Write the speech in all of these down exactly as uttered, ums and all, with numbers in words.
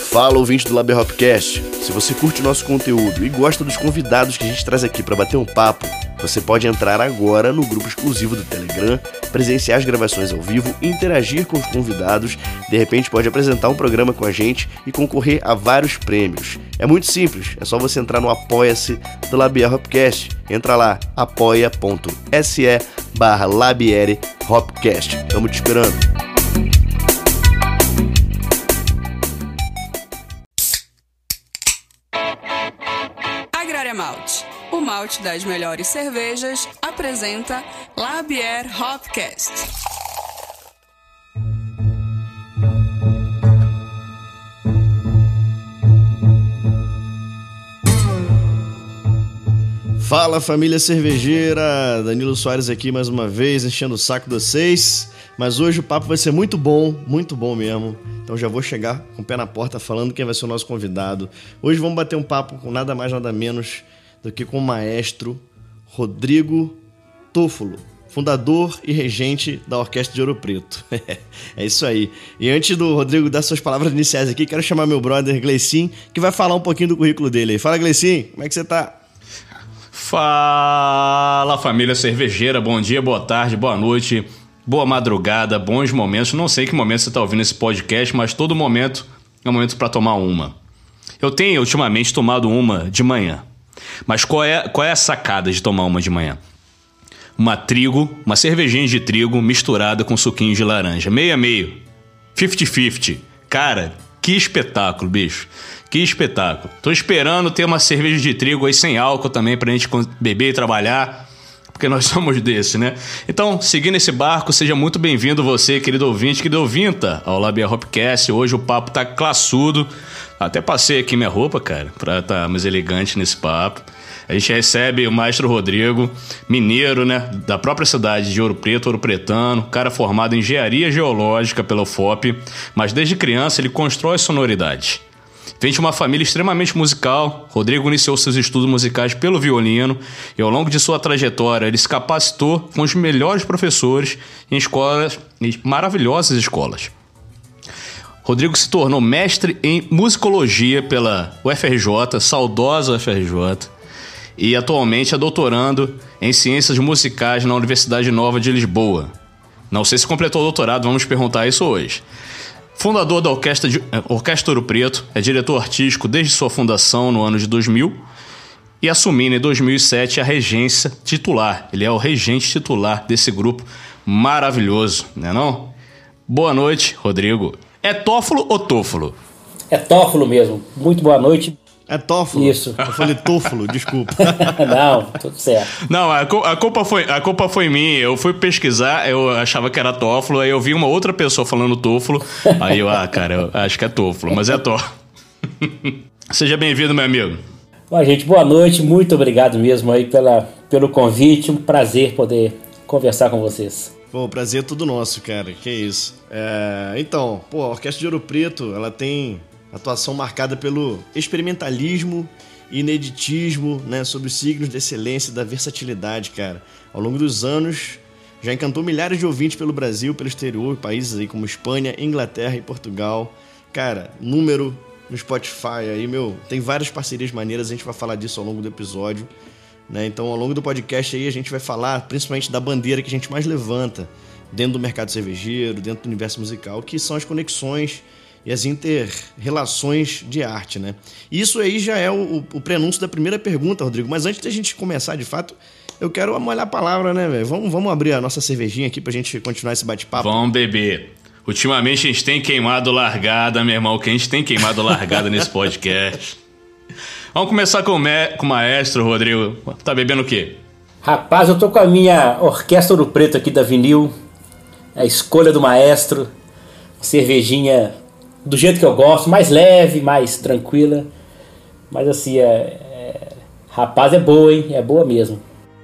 Fala, ouvinte do Lab Hopcast. Se você curte o nosso conteúdo e gosta dos convidados que a gente traz aqui para bater um papo, você pode entrar agora no grupo exclusivo do Telegram, presenciar as gravações ao vivo, interagir com os convidados, de repente pode apresentar um programa com a gente e concorrer a vários prêmios. É muito simples, é só você entrar no Apoia-se do Labier Hopcast. Entra lá, apoia.se barra Labiere Hopcast. Estamos te esperando. Agrária Malte, o malte das melhores cervejas, apresenta Labier Hopcast. Fala, família cervejeira, Danilo Soares aqui mais uma vez, enchendo o saco de vocês, mas hoje o papo vai ser muito bom, muito bom mesmo, então já vou chegar com o pé na porta falando quem vai ser o nosso convidado. Hoje vamos bater um papo com nada mais nada menos do que com o maestro Rodrigo Toffolo, fundador e regente da Orquestra de Ouro Preto. É isso aí. E antes do Rodrigo dar suas palavras iniciais aqui, quero chamar meu brother Gleicin, que vai falar um pouquinho do currículo dele aí. Fala, Gleicin, como é que você tá? Fala, família cervejeira, bom dia, boa tarde, boa noite, boa madrugada, bons momentos. Não sei que momento você está ouvindo esse podcast, mas todo momento é um momento para tomar uma. Eu tenho ultimamente tomado uma de manhã, mas qual é, qual é a sacada de tomar uma de manhã? Uma trigo, uma cervejinha de trigo misturada com suquinho de laranja, meio a meio, cinquenta cinquenta. Cara, que espetáculo, bicho. Que espetáculo. Tô esperando ter uma cerveja de trigo aí sem álcool também pra gente beber e trabalhar, porque nós somos desse, né? Então, seguindo esse barco, seja muito bem-vindo você, querido ouvinte, querido ouvinta, ao Labier Hopcast. Hoje o papo tá classudo. Até passei aqui minha roupa, cara, pra estar mais elegante nesse papo. A gente recebe o maestro Rodrigo, mineiro, né, da própria cidade de Ouro Preto, Ouro Pretano, cara formado em engenharia geológica pela U F O P, mas desde criança ele constrói sonoridade. Vem de uma família extremamente musical. Rodrigo iniciou seus estudos musicais pelo violino e ao longo de sua trajetória ele se capacitou com os melhores professores em escolas, em maravilhosas escolas. Rodrigo se tornou mestre em musicologia pela U F R J, saudosa U F R J, e atualmente é doutorando em ciências musicais na Universidade Nova de Lisboa. Não sei se completou o doutorado, vamos perguntar isso hoje. Fundador da Orquestra, de, Orquestra Ouro Preto, é diretor artístico desde sua fundação no ano de dois mil e assumindo em dois mil e sete a regência titular. Ele é o regente titular desse grupo maravilhoso, não é não? Boa noite, Rodrigo. É Toffolo ou Toffolo? É Toffolo mesmo. Muito boa noite. É Toffolo? Isso. Eu falei Toffolo, desculpa. Não, tudo certo. Não, a, a, culpa foi, a culpa foi minha. Eu fui pesquisar, eu achava que era Toffolo, aí eu vi uma outra pessoa falando Toffolo. Aí eu, ah, cara, eu acho que é Toffolo, mas é Toffolo. Seja bem-vindo, meu amigo. Bom, gente, boa noite. Muito obrigado mesmo aí pela, pelo convite. Um prazer poder conversar com vocês. Pô, o prazer é tudo nosso, cara. Que isso. É, então, pô, a Orquestra de Ouro Preto, ela tem atuação marcada pelo experimentalismo e ineditismo, né, sobre os signos da excelência e da versatilidade, cara. Ao longo dos anos, já encantou milhares de ouvintes pelo Brasil, pelo exterior, países aí como Espanha, Inglaterra e Portugal. Cara, número no Spotify aí, meu, tem várias parcerias maneiras, a gente vai falar disso ao longo do episódio, né? Então, ao longo do podcast aí, a gente vai falar principalmente da bandeira que a gente mais levanta dentro do mercado cervejeiro, dentro do universo musical, que são as conexões e as inter-relações de arte, né? Isso aí já é o, o prenúncio da primeira pergunta, Rodrigo. Mas antes da gente começar, de fato, eu quero molhar a palavra, né, velho? Vamos, vamos abrir a nossa cervejinha aqui pra gente continuar esse bate-papo. Vamos beber. Ultimamente a gente tem queimado largada, meu irmão, que a gente tem queimado largada nesse podcast. Vamos começar com o, me- com o maestro, Rodrigo. Tá bebendo o quê? Rapaz, eu tô com a minha Orquestra Ouro Preto aqui da Vinil. A escolha do maestro. Cervejinha do jeito que eu gosto, mais leve, mais tranquila. Mas assim, é, é... rapaz, é boa, hein? É boa mesmo.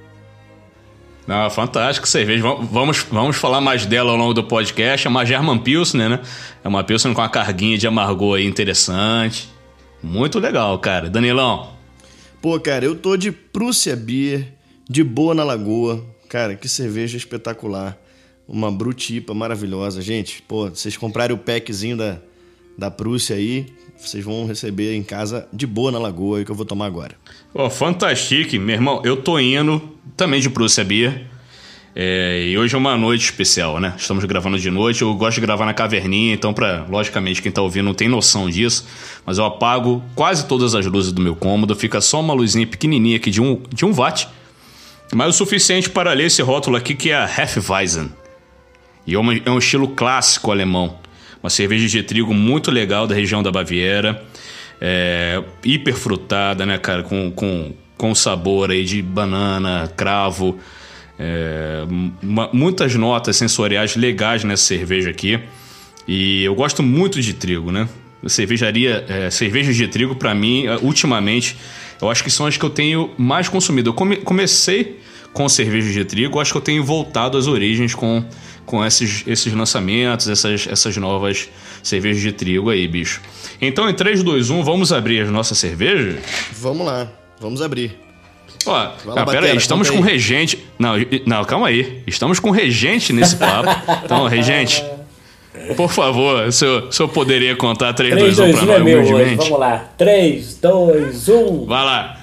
Não, fantástico cerveja. Vamos, vamos falar mais dela ao longo do podcast. É uma German Pilsner, né? É uma Pilsner com uma carguinha de amargor aí interessante. Muito legal, cara. Danilão? Pô, cara, eu tô de Prússia Beer, de boa na Lagoa. Cara, que cerveja espetacular. Uma Brut I P A maravilhosa. Gente, pô, vocês comprarem o packzinho da, da Prússia aí. Vocês vão receber em casa de boa na Lagoa, que eu vou tomar agora. Ó, oh, fantástico, meu irmão. Eu tô indo também de Prússia Beer. É, e hoje é uma noite especial, né? Estamos gravando de noite. Eu gosto de gravar na caverninha, então, pra, logicamente, quem tá ouvindo não tem noção disso. Mas eu apago quase todas as luzes do meu cômodo. Fica só uma luzinha pequenininha aqui de um, de um watt. Mas o suficiente para ler esse rótulo aqui, que é a Hefeweizen. E é, uma, é um estilo clássico alemão. Uma cerveja de trigo muito legal da região da Baviera. É, hiper frutada, né, cara? Com, com, com sabor aí de banana, cravo. É, uma, muitas notas sensoriais legais nessa cerveja aqui. E eu gosto muito de trigo, né? Cervejaria, é, cervejas de trigo, pra mim, ultimamente, eu acho que são as que eu tenho mais consumido. Eu come, comecei com cervejas de trigo, eu acho que eu tenho voltado às origens com, com esses, esses lançamentos, essas, essas novas cervejas de trigo aí, bicho. Então, em três, dois, um, vamos abrir as nossas cervejas? Vamos lá, vamos abrir. Ó, ah, pera aí, estamos com regente. Não, não, calma aí. Estamos com regente nesse papo. Então, regente, por favor, se eu, se eu poderia contar três, dois, um pra nós, humildemente. Vamos lá. três, dois, um. Vai lá.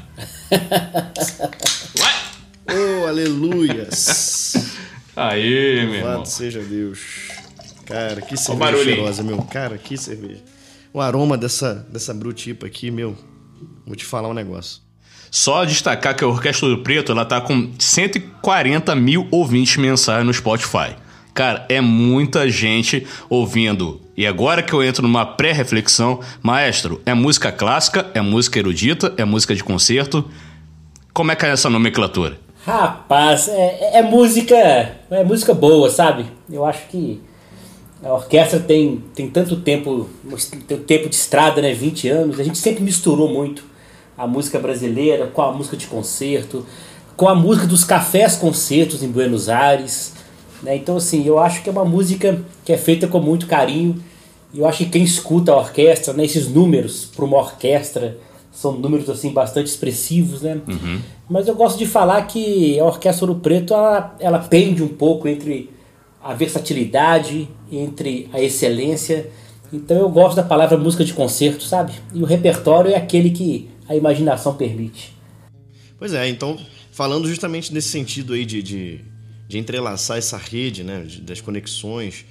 Oh, aleluias. Aí, meu irmão. Louvado seja Deus. Cara, que cerveja cheirosa, meu. Cara, que cerveja. O aroma dessa, dessa brutipa aqui, meu. Vou te falar um negócio. Só destacar que a Orquestra Ouro Preto, ela tá com cento e quarenta mil ouvintes mensais no Spotify. Cara, é muita gente ouvindo. E agora que eu entro numa pré-reflexão, maestro, é música clássica, é música erudita, é música de concerto? Como é que é essa nomenclatura? Rapaz, é, é música, é música boa, sabe? Eu acho que a orquestra tem, tem tanto tempo, tem tempo de estrada, né? vinte anos, a gente sempre misturou muito a música brasileira com a música de concerto, com a música dos cafés concertos em Buenos Aires, né? Então, assim, eu acho que é uma música que é feita com muito carinho. E eu acho que quem escuta a orquestra, né, esses números para uma orquestra são números assim bastante expressivos, né? Uhum. Mas eu gosto de falar que a Orquestra Ouro Preto ela, ela pende um pouco entre a versatilidade, entre a excelência. Então eu gosto da palavra música de concerto, sabe? E o repertório é aquele que a imaginação permite. Pois é, então, falando justamente nesse sentido aí de, de, de entrelaçar essa rede, né, de, das conexões,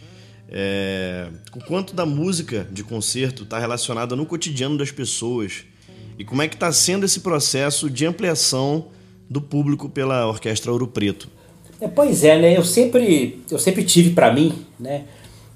é, o quanto da música de concerto está relacionada no cotidiano das pessoas e como é que está sendo esse processo de ampliação do público pela Orquestra Ouro Preto. É, pois é, né? Eu sempre, eu sempre tive para mim, né,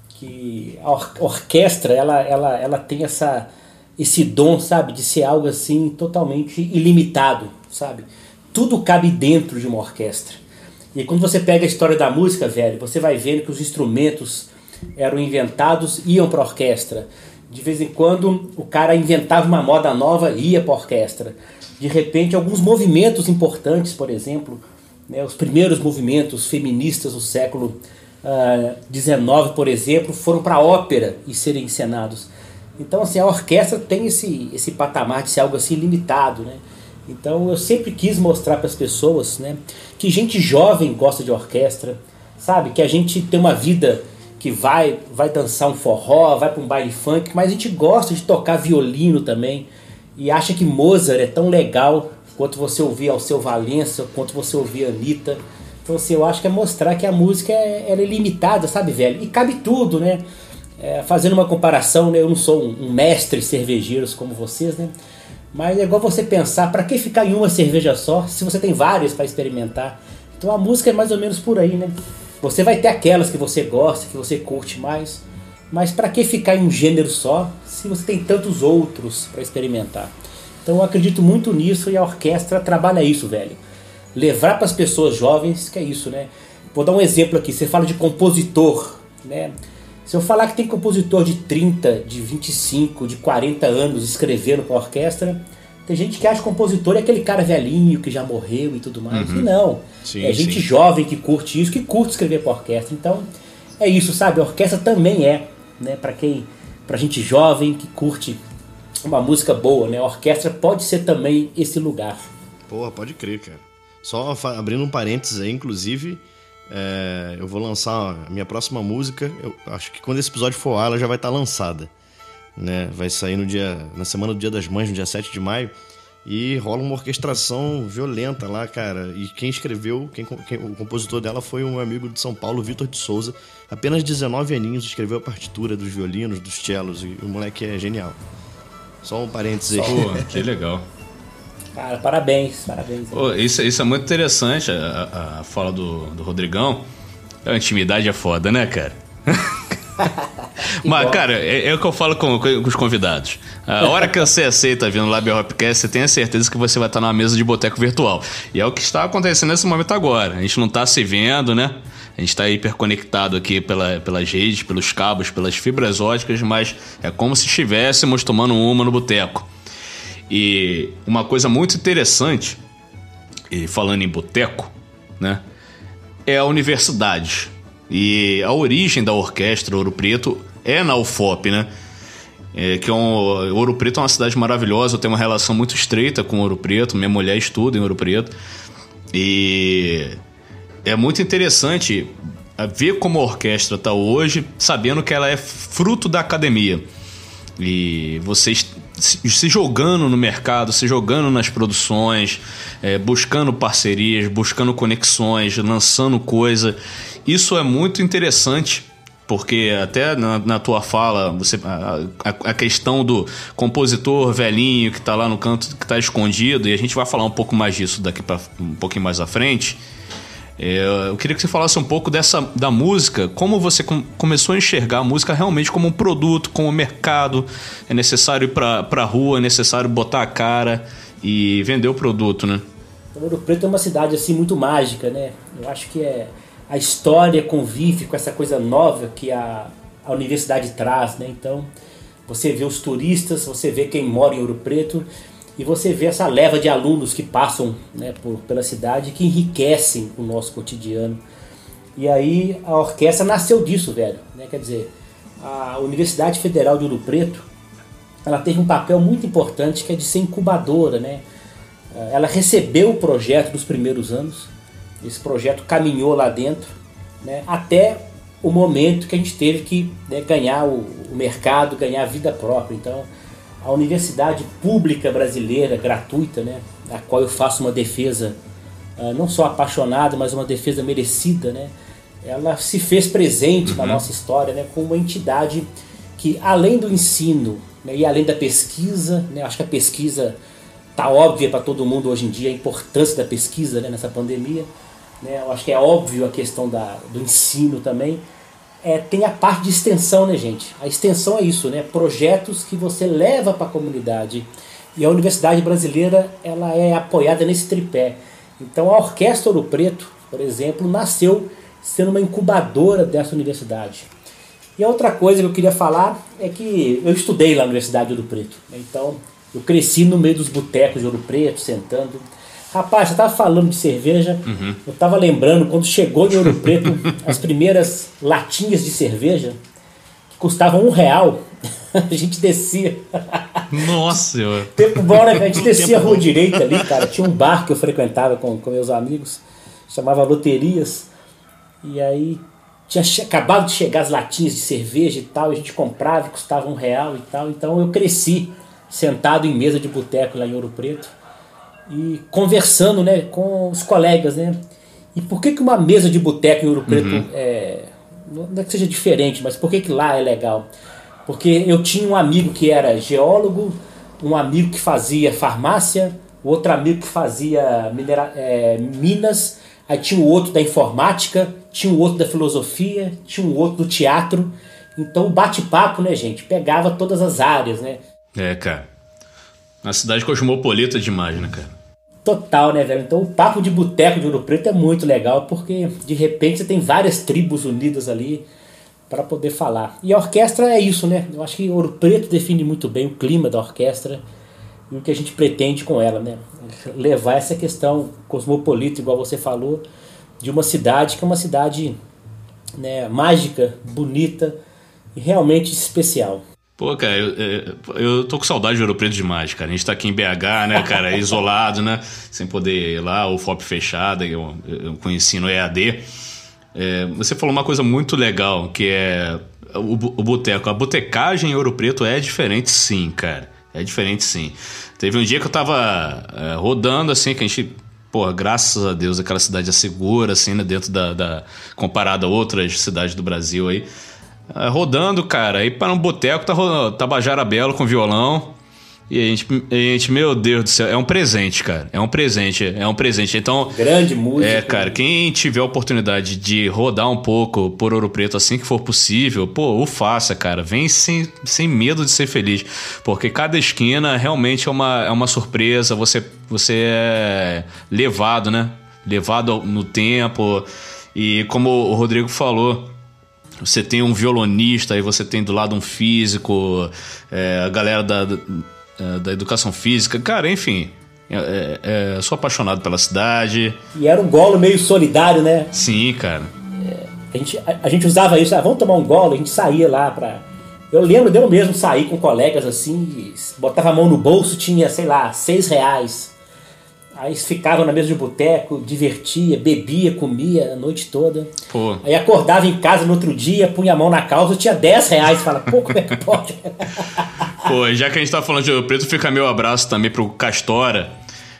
que a or- orquestra ela, ela, ela tem essa, esse dom, sabe, de ser algo assim totalmente ilimitado, sabe? Tudo cabe dentro de uma orquestra. E quando você pega a história da música, velho, você vai vendo que os instrumentos eram inventados, iam para a orquestra. De vez em quando o cara inventava uma moda nova e ia para a orquestra. De repente alguns movimentos importantes, por exemplo, né, os primeiros movimentos feministas do século dezenove, uh, por exemplo, foram para a ópera e serem encenados. Então, assim, a orquestra tem esse, esse patamar de ser algo assim limitado, né? Então eu sempre quis mostrar para as pessoas, né, que gente jovem gosta de orquestra, sabe? Que a gente tem uma vida que vai, vai dançar um forró, vai para um baile funk, mas a gente gosta de tocar violino também e acha que Mozart é tão legal quanto você ouvir Alceu Valença, quanto você ouvir Anitta. Então, assim, eu acho que é mostrar que a música é, ela é limitada, sabe, velho? E cabe tudo, né? É, fazendo uma comparação, né? Eu não sou um, um mestre cervejeiros como vocês, né? Mas é igual você pensar, para que ficar em uma cerveja só, se você tem várias para experimentar? Então a música é mais ou menos por aí, né? Você vai ter aquelas que você gosta, que você curte mais, mas para que ficar em um gênero só, se você tem tantos outros para experimentar? Então eu acredito muito nisso e a orquestra trabalha isso, velho. Levar para as pessoas jovens, que é isso, né? Vou dar um exemplo aqui, você fala de compositor, né? Se eu falar que tem compositor de trinta, de vinte e cinco, de quarenta anos escrevendo para a orquestra, tem gente que acha que compositor é aquele cara velhinho que já morreu e tudo mais. Uhum. E não, sim, é gente sim. jovem que curte isso, que curte escrever para a orquestra. Então é isso, sabe? A orquestra também é, né, para quem, para gente jovem que curte uma música boa, né? A orquestra pode ser também esse lugar. Porra, pode crer, cara. Só abrindo um parênteses aí, inclusive, é, eu vou lançar a minha próxima música. Eu acho que quando esse episódio for ao ar, ela já vai estar lançada. né? Vai sair no dia, na semana do Dia das Mães, no dia sete de maio. E rola uma orquestração violenta lá, cara. E quem escreveu, quem, quem, o compositor dela foi um amigo de São Paulo, Vitor de Souza. Apenas dezenove aninhos, escreveu a partitura dos violinos, dos cellos. E o moleque é genial. Só um parênteses aí. Pô, que legal. Cara, parabéns, parabéns. Pô, isso, isso é muito interessante, a, a fala do, do Rodrigão. A intimidade é foda, né, cara? Mas, cara, é, é o que eu falo com, com os convidados. A hora que você aceita vir no Lab Hopcast, você tem a certeza que você vai estar numa mesa de boteco virtual. E é o que está acontecendo nesse momento agora. A gente não está se vendo, né? A gente está hiperconectado aqui pela, pelas redes, pelos cabos, pelas fibras óticas, mas é como se estivéssemos tomando uma no boteco. E uma coisa muito interessante, e falando em boteco, né? É a universidade. E a origem da orquestra Ouro Preto é na U F O P, né? É, que é um, Ouro Preto é uma cidade maravilhosa, eu tenho uma relação muito estreita com Ouro Preto, minha mulher estuda em Ouro Preto. E é muito interessante ver como a orquestra está hoje, sabendo que ela é fruto da academia. E vocês se jogando no mercado, se jogando nas produções, é, buscando parcerias, buscando conexões, lançando coisa. Isso é muito interessante, porque até na, na tua fala, você, a, a, a questão do compositor velhinho que está lá no canto, que está escondido, e a gente vai falar um pouco mais disso daqui para um pouquinho mais à frente. É, eu queria que você falasse um pouco dessa, da música, como você com, começou a enxergar a música realmente como um produto, como um mercado. É necessário ir para a rua, é necessário botar a cara e vender o produto, né? Ouro Preto é uma cidade assim muito mágica, né? Eu acho que é a história convive com essa coisa nova que a, a universidade traz, né? Então você vê os turistas, você vê quem mora em Ouro Preto e você vê essa leva de alunos que passam, né, por, pela cidade, que enriquecem o nosso cotidiano. E aí a orquestra nasceu disso, velho, né? Quer dizer, a Universidade Federal de Ouro Preto, ela teve um papel muito importante, que é de ser incubadora, né? Ela recebeu o projeto dos primeiros anos, esse projeto caminhou lá dentro, né, até o momento que a gente teve que, né, ganhar o, o mercado, ganhar a vida própria. Então, a universidade pública brasileira, gratuita, né, a qual eu faço uma defesa uh, não só apaixonada, mas uma defesa merecida, né, ela se fez presente uhum. na nossa história, né, como uma entidade que, além do ensino, né, e além da pesquisa, né, acho que a pesquisa está óbvia para todo mundo hoje em dia, a importância da pesquisa, né, nessa pandemia, né, eu acho que é óbvio a questão da, do ensino também. É, tem a parte de extensão, né, gente? A extensão é isso, né? Projetos que você leva para a comunidade. E a Universidade Brasileira, ela é apoiada nesse tripé. Então a Orquestra Ouro Preto, por exemplo, nasceu sendo uma incubadora dessa universidade. E a outra coisa que eu queria falar é que eu estudei lá na Universidade de Ouro Preto, né? Então eu cresci no meio dos botecos de Ouro Preto, sentando. Rapaz, você estava falando de cerveja, uhum. eu estava lembrando quando chegou em Ouro Preto as primeiras latinhas de cerveja, que custavam um real, a gente descia. Nossa senhora! Tempo bom, né? A gente descia a rua direita ali, cara. Tinha um bar que eu frequentava com, com meus amigos, chamava Loterias, e aí tinha acabado de chegar as latinhas de cerveja e tal, e a gente comprava e custava um real e tal. Então eu cresci sentado em mesa de boteco lá em Ouro Preto, e conversando, né, com os colegas, né? E por que que uma mesa de boteco em Ouro Preto uhum. é, não é que seja diferente, mas por que que lá é legal? Porque eu tinha um amigo que era geólogo, um amigo que fazia farmácia, outro amigo que fazia minera, é, minas, aí tinha o outro da informática, tinha o outro da filosofia, tinha o outro do teatro. Então o bate-papo, né, gente, pegava todas as áreas, né? É, cara. Uma cidade cosmopolita demais, né, cara? Total, né, velho? Então o papo de boteco de Ouro Preto é muito legal, porque de repente você tem várias tribos unidas ali para poder falar. E a orquestra é isso, né? Eu acho que Ouro Preto define muito bem o clima da orquestra e o que a gente pretende com ela, né? Levar essa questão cosmopolita, igual você falou, de uma cidade que é uma cidade, né, mágica, bonita e realmente especial. Pô, cara, eu, eu tô com saudade de Ouro Preto demais, cara. A gente tá aqui em B H, né, cara, isolado, né, sem poder ir lá, o F O P fechado, eu, eu conheci no E A D. É, você falou uma coisa muito legal, que é o, o boteco, a botecagem em Ouro Preto é diferente sim, cara. É diferente sim. Teve um dia que eu tava é, rodando, assim, que a gente... Pô, graças a Deus, aquela cidade é segura, assim, né? Dentro da... da comparada a outras cidades do Brasil aí. É, rodando, cara. Aí para um boteco, tá Tabajara Belo com violão. E a gente, a gente, meu Deus do céu, é um presente, cara. É um presente, é um presente. Então, grande música. É, cara, quem tiver a oportunidade de rodar um pouco por Ouro Preto assim que for possível, pô, o faça, cara. Vem sem, sem medo de ser feliz. Porque cada esquina realmente é uma, é uma surpresa. Você, você é levado, né? Levado no tempo. E como o Rodrigo falou, você tem um violonista, aí você tem do lado um físico, é, a galera da... da da educação física, cara, enfim, é, é, é, sou apaixonado pela cidade. E era um golo meio solidário, né? Sim, cara. É, a, gente, a, a gente usava isso, ah, vamos tomar um golo, a gente saía lá pra... Eu lembro de eu mesmo sair com colegas assim, botava a mão no bolso, tinha, sei lá, seis reais. Aí ficava na mesa de boteco, divertia, bebia, comia a noite toda. Pô. Aí acordava em casa no outro dia, punha a mão na calça, tinha dez reais. Fala, pô, como é que pode? Pô, já que a gente tá falando de Ouro Preto, fica meu abraço também pro Castora.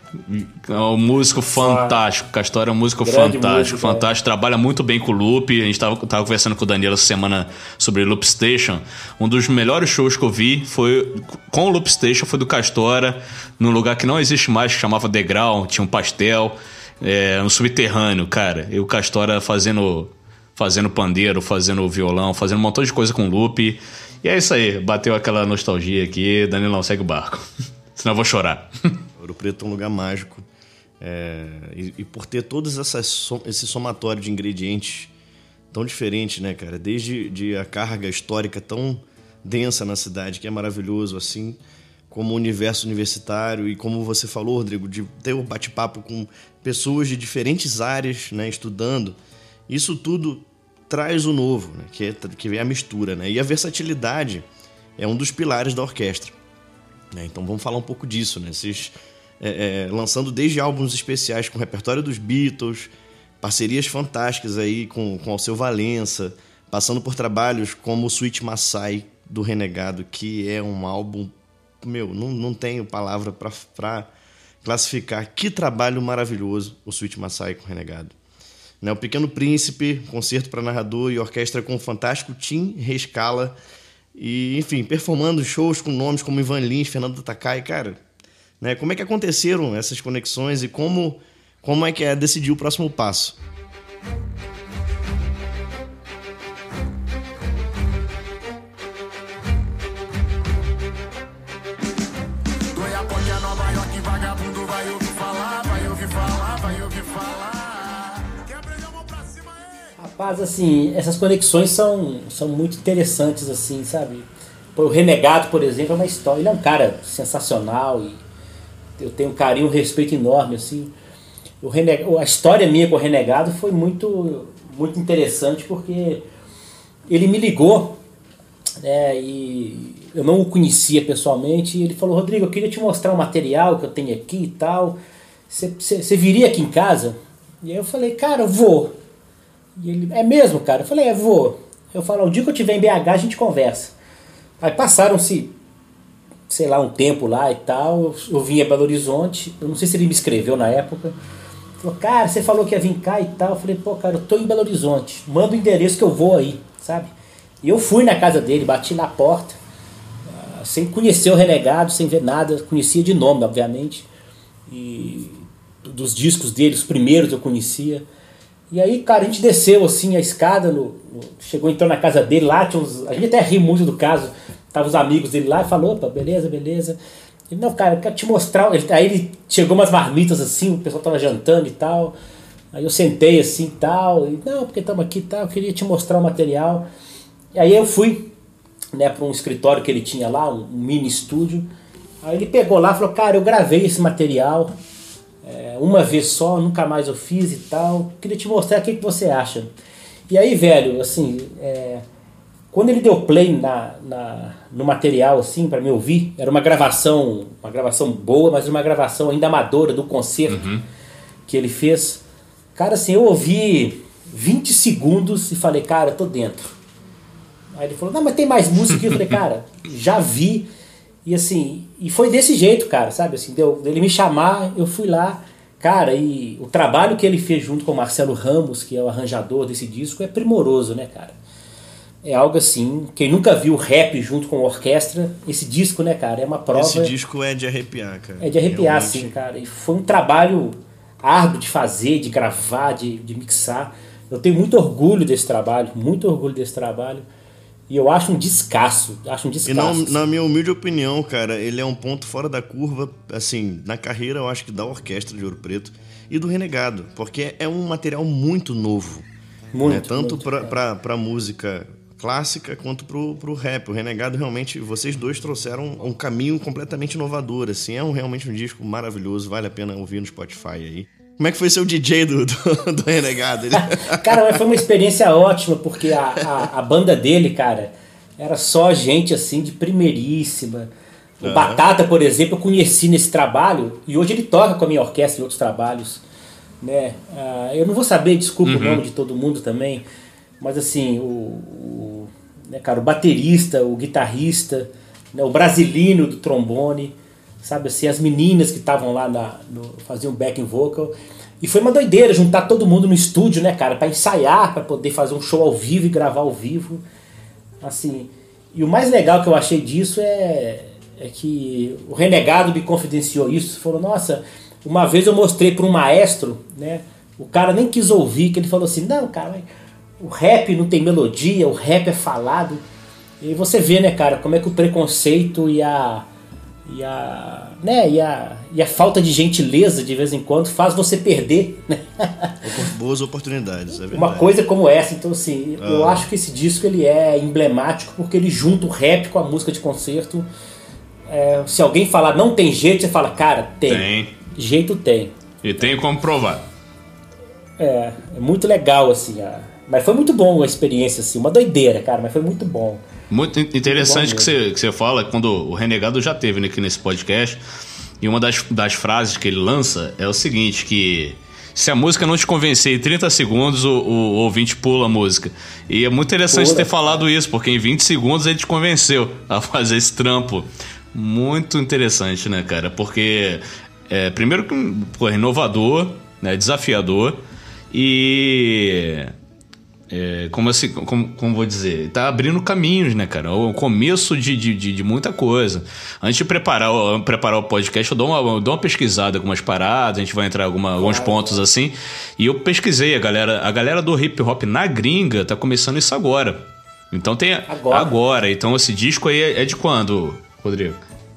É um músico fantástico. Castora é um músico Grande fantástico, músico, fantástico. É. Trabalha muito bem com o loop. A gente tava, tava conversando com o Danilo essa semana sobre Loop Station. Um dos melhores shows que eu vi foi com o Loop Station, foi do Castora, num lugar que não existe mais, que chamava Degrau, tinha um pastel, é, um subterrâneo, cara. E o Castora fazendo, fazendo pandeiro, fazendo violão, fazendo um montão de coisa com loop. E é isso aí, bateu aquela nostalgia aqui. Danilão, segue o barco. Senão eu vou chorar. Ouro Preto é um lugar mágico. É, e, e por ter todos essas, esse somatório de ingredientes tão diferentes, né, cara? Desde de a carga histórica tão densa na cidade, que é maravilhoso, assim, como o universo universitário e como você falou, Rodrigo, de ter um bate-papo com pessoas de diferentes áreas, né, estudando. Isso tudo traz o novo, né, que, é, que é a mistura, né? E a versatilidade é um dos pilares da orquestra. Né? Então vamos falar um pouco disso, né? Vocês... É, é, lançando desde álbuns especiais com o repertório dos Beatles, parcerias fantásticas aí com, com Alceu Valença, passando por trabalhos como o Suite Maasai do Renegado, que é um álbum, meu, não, não tenho palavra para classificar que trabalho maravilhoso o Suite Maasai com o Renegado. Né, o Pequeno Príncipe, concerto para narrador e orquestra com o fantástico Tim Rescala, e enfim, performando shows com nomes como Ivan Lins, Fernando Takai, cara. Né? Como é que aconteceram essas conexões e como, como é que é decidir o próximo passo? Rapaz, assim, essas conexões são, são muito interessantes, assim, sabe? O Renegado, por exemplo, é uma história. Ele é um cara sensacional e eu tenho um carinho, um respeito enorme, assim. O Renegado, a história minha com o Renegado foi muito, muito interessante porque ele me ligou, né, e eu não o conhecia pessoalmente, e ele falou, Rodrigo, eu queria te mostrar um material que eu tenho aqui e tal, você viria aqui em casa? E aí eu falei, cara, eu vou. E ele, é mesmo, cara? Eu falei, é, vou. Eu falo, o dia que eu estiver em B H a gente conversa. Aí passaram-se, sei lá, um tempo lá e tal, eu vim a Belo Horizonte, eu não sei se ele me escreveu na época, falou, cara, você falou que ia vir cá e tal, eu falei, pô, cara, eu tô em Belo Horizonte, manda o endereço que eu vou aí, sabe? E eu fui na casa dele, bati na porta, sem conhecer o Renegado, sem ver nada, conhecia de nome, obviamente, e dos discos dele, os primeiros eu conhecia. E aí, cara, a gente desceu assim a escada, no, no, chegou, entrou na casa dele lá, tinha uns, a gente até ri muito do caso, tava os amigos dele lá e falou, opa, beleza, beleza. Ele, não, cara, eu quero te mostrar. Ele, aí ele chegou umas marmitas assim, o pessoal tava jantando e tal. Aí eu sentei assim e tal, e não, porque estamos aqui e tal, eu queria te mostrar o material. E aí eu fui, né, para um escritório que ele tinha lá, um, um mini estúdio. Aí ele pegou lá e falou, cara, eu gravei esse material. É, uma vez só, nunca mais eu fiz e tal. Queria te mostrar o que, que você acha. E aí, velho, assim, é, quando ele deu play na, na, no material, assim, pra me ouvir, era uma gravação, uma gravação boa, mas uma gravação ainda amadora do concerto uhum. que ele fez. Cara, assim, eu ouvi vinte segundos e falei, cara, tô dentro. Aí ele falou, não, mas tem mais música aqui. Eu falei, cara, já vi. E assim, e foi desse jeito, cara, sabe? Assim, deu, dele me chamar, eu fui lá. Cara, e o trabalho que ele fez junto com o Marcelo Ramos, que é o arranjador desse disco, é primoroso, né, cara? É algo assim, quem nunca viu rap junto com orquestra, esse disco, né, cara, é uma prova... Esse disco é de arrepiar, cara. É de arrepiar, realmente. sim, cara. E foi um trabalho árduo de fazer, de gravar, de, de mixar. Eu tenho muito orgulho desse trabalho, muito orgulho desse trabalho. E eu acho um descasso, acho um descasso. E não, assim. na minha humilde opinião, cara, ele é um ponto fora da curva, assim, na carreira, eu acho que da Orquestra de Ouro Preto e do Renegado, porque é um material muito novo. Muito, né? Tanto muito, pra, cara. pra, pra música clássica quanto pro, pro rap. O Renegado, realmente, vocês dois trouxeram um caminho completamente inovador, assim, é um, realmente um disco maravilhoso, vale a pena ouvir no Spotify aí. Como é que foi ser o D J do, do, do Renegado? Cara, mas foi uma experiência ótima, porque a, a, a banda dele, cara, era só gente assim de primeiríssima. O Uhum. Batata, por exemplo, eu conheci nesse trabalho e hoje ele toca com a minha orquestra em outros trabalhos. Né? Ah, eu não vou saber, desculpa Uhum. o nome de todo mundo também, mas assim, o, o, né, cara, o baterista, o guitarrista, né, o brasilino do trombone, sabe assim, as meninas que estavam lá na, no, faziam backing vocal. E foi uma doideira juntar todo mundo no estúdio, né, cara, pra ensaiar, pra poder fazer um show ao vivo e gravar ao vivo. Assim, e o mais legal que eu achei disso é, é que o Renegado me confidenciou isso, falou, nossa, uma vez eu mostrei para um maestro, né, o cara nem quis ouvir, que ele falou assim, não, cara, o rap não tem melodia, o rap é falado. E você vê, né, cara, como é que o preconceito e a... E a, né, e, a, e a falta de gentileza de vez em quando faz você perder, né? Boas oportunidades, é verdade. Uma coisa como essa. Então assim, Ah. eu acho que esse disco ele é emblemático porque ele junta o rap com a música de concerto. É, se alguém falar não tem jeito, você fala, cara, tem. Tem. Jeito tem. E tem como provar. É, é muito legal, assim. A, mas foi muito bom a experiência, assim. Uma doideira, cara, mas foi muito bom. Muito interessante Muito bom que você, que você fala, quando o Renegado já teve aqui nesse podcast, e uma das, das frases que ele lança é o seguinte, que se a música não te convencer em trinta segundos, o, o, o ouvinte pula a música. E é muito interessante Pula, ter falado isso, porque em vinte segundos ele te convenceu a fazer esse trampo. Muito interessante, né, cara? Porque, é, primeiro que pô, é inovador, né, desafiador, e... É, como, assim, como, como vou dizer, tá abrindo caminhos, né, cara? O começo de, de, de muita coisa. Antes de preparar, o- preparar o podcast, eu dou uma, eu dou uma pesquisada com umas paradas, a gente vai entrar em alguma, alguns pontos assim. E eu pesquisei, a galera, a galera do hip hop na gringa tá começando isso agora. Então tem. Agora. Agora. Então esse disco aí é, é de quando, Rodrigo?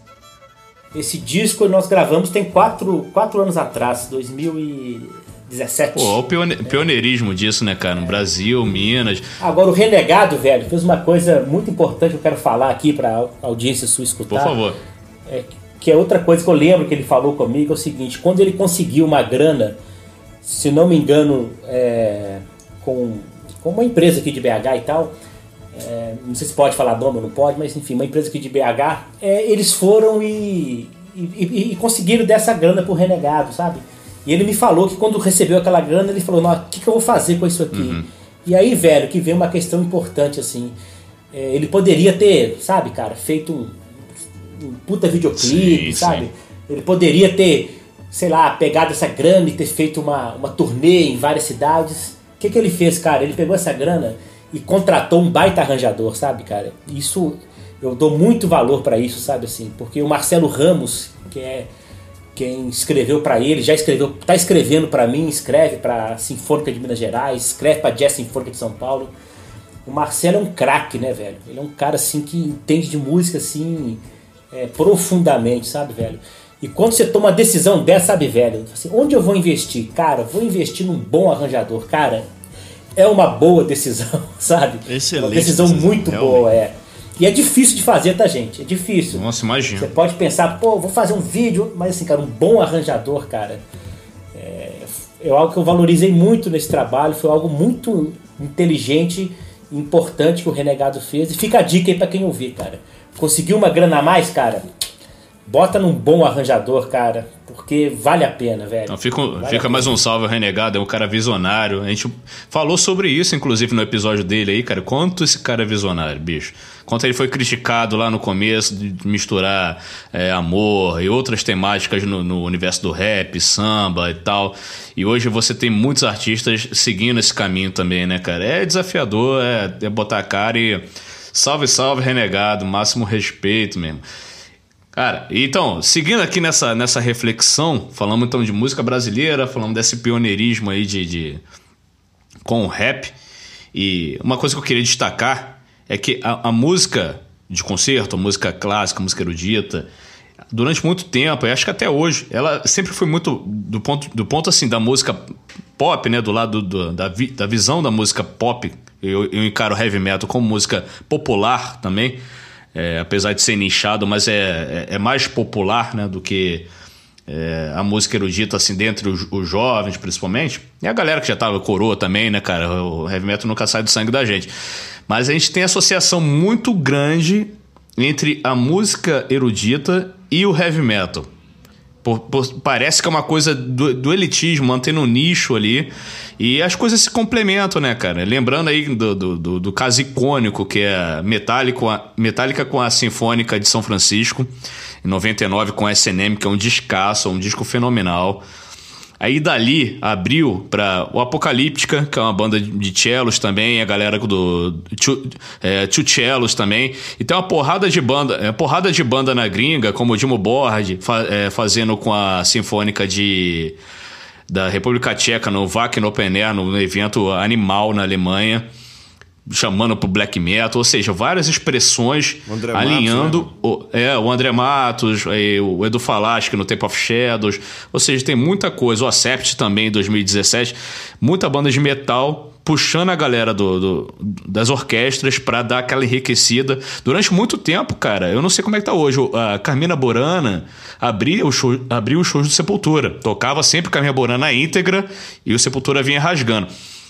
Esse disco nós gravamos tem quatro, quatro anos atrás, dois mil e dezessete. Pô, olha o pione- pioneirismo disso, né, cara? No Brasil, Minas. Agora o Renegado, velho, fez uma coisa muito importante que eu quero falar aqui pra audiência sua escutar. Por favor. É, que é outra coisa que eu lembro que ele falou comigo, é o seguinte, quando ele conseguiu uma grana, se não me engano, é, com, com uma empresa aqui de B H e tal, é, não sei se pode falar nome ou não pode, mas enfim, uma empresa aqui de B H, é, eles foram e, e, e- e conseguiram dessa grana pro Renegado, sabe? E ele me falou que quando recebeu aquela grana, ele falou, o que, que eu vou fazer com isso aqui? Uhum. E aí, velho, que vem uma questão importante, assim, é, ele poderia ter, sabe, cara, feito um, um puta videoclipe, Sim, sabe? sim. Ele poderia ter, sei lá, pegado essa grana e ter feito uma, uma turnê em várias cidades. O que, que ele fez, cara? Ele pegou essa grana e contratou um baita arranjador, sabe, cara? Isso, eu dou muito valor pra isso, sabe, assim, porque o Marcelo Ramos, que é quem escreveu pra ele, já escreveu, tá escrevendo pra mim, escreve pra Sinfônica de Minas Gerais, escreve pra Jazz Sinfônica de São Paulo. O Marcelo é um craque, né, velho? Ele é um cara, assim, que entende de música, assim, é, profundamente, sabe, velho? E quando você toma uma decisão dessa, sabe, velho? Assim, onde eu vou investir? Cara, vou investir num bom arranjador. Cara, é uma boa decisão, sabe? Excelente Uma decisão decisão, muito realmente. boa, é. E é difícil de fazer, tá, gente? É difícil. Nossa, Você imagina. pode pensar, pô, vou fazer um vídeo, mas assim, cara, um bom arranjador, cara, é, é algo que eu valorizei muito nesse trabalho, foi algo muito inteligente e importante que o Renegado fez. E fica a dica aí pra quem ouvir, cara. Conseguiu uma grana a mais, cara? bota num bom arranjador, cara, porque vale a pena, velho. Então, fica vale fica mais um salve ao Renegado, é um cara visionário. A gente falou sobre isso, inclusive, no episódio dele aí, cara. Quanto esse cara é visionário, bicho. Quanto ele foi criticado lá no começo de misturar é, amor e outras temáticas no, no universo do rap, samba e tal. E hoje você tem muitos artistas seguindo esse caminho também, né, cara? É desafiador, é, é botar a cara e... Salve, salve, Renegado. Máximo respeito mesmo. Cara, então, seguindo aqui nessa, nessa reflexão, falamos então de música brasileira, falamos desse pioneirismo aí de, de, com o rap. E uma coisa que eu queria destacar é que a, a música de concerto, a música clássica, a música erudita, durante muito tempo, e acho que até hoje, ela sempre foi muito do ponto, do ponto assim, da música pop, né, do lado do, da, vi, da visão da música pop. Eu, eu encaro heavy metal como música popular também, é, apesar de ser nichado, mas é, é, é mais popular, né, do que é, a música erudita, assim, dentre os, os jovens, principalmente. E a galera que já tava coroa também, né, cara? O heavy metal nunca sai do sangue da gente. Mas a gente tem associação muito grande entre a música erudita e o heavy metal. Por, por, parece que é uma coisa do, do elitismo, mantendo um nicho ali. E as coisas se complementam, né, cara? Lembrando aí do, do, do, do caso icônico, que é Metallica, Metallica com a Sinfônica de São Francisco, em noventa e nove com a S N M, que é um discaço, um disco fenomenal. Aí dali abriu para o Apocalíptica, que é uma banda de cellos também, a galera do Two, é, Two Cellos também. E tem uma porrada de banda, é, porrada de banda na gringa, como o Dimmu Borgir, fa, é, fazendo com a Sinfônica de, da República Tcheca no Wacken Open Air, no evento animal na Alemanha, chamando pro black metal, ou seja, várias expressões alinhando Matos, né? o, é, o André Matos, é, o Edu Falaschi no Tape of Shadows, ou seja, tem muita coisa, o Acept também em dois mil e dezessete, muita banda de metal puxando a galera do, do, das orquestras para dar aquela enriquecida. Durante muito tempo, cara, eu não sei como é que tá hoje, a Carmina Burana abria os show, abria shows do Sepultura, tocava sempre Carmina Burana na íntegra e o Sepultura vinha rasgando.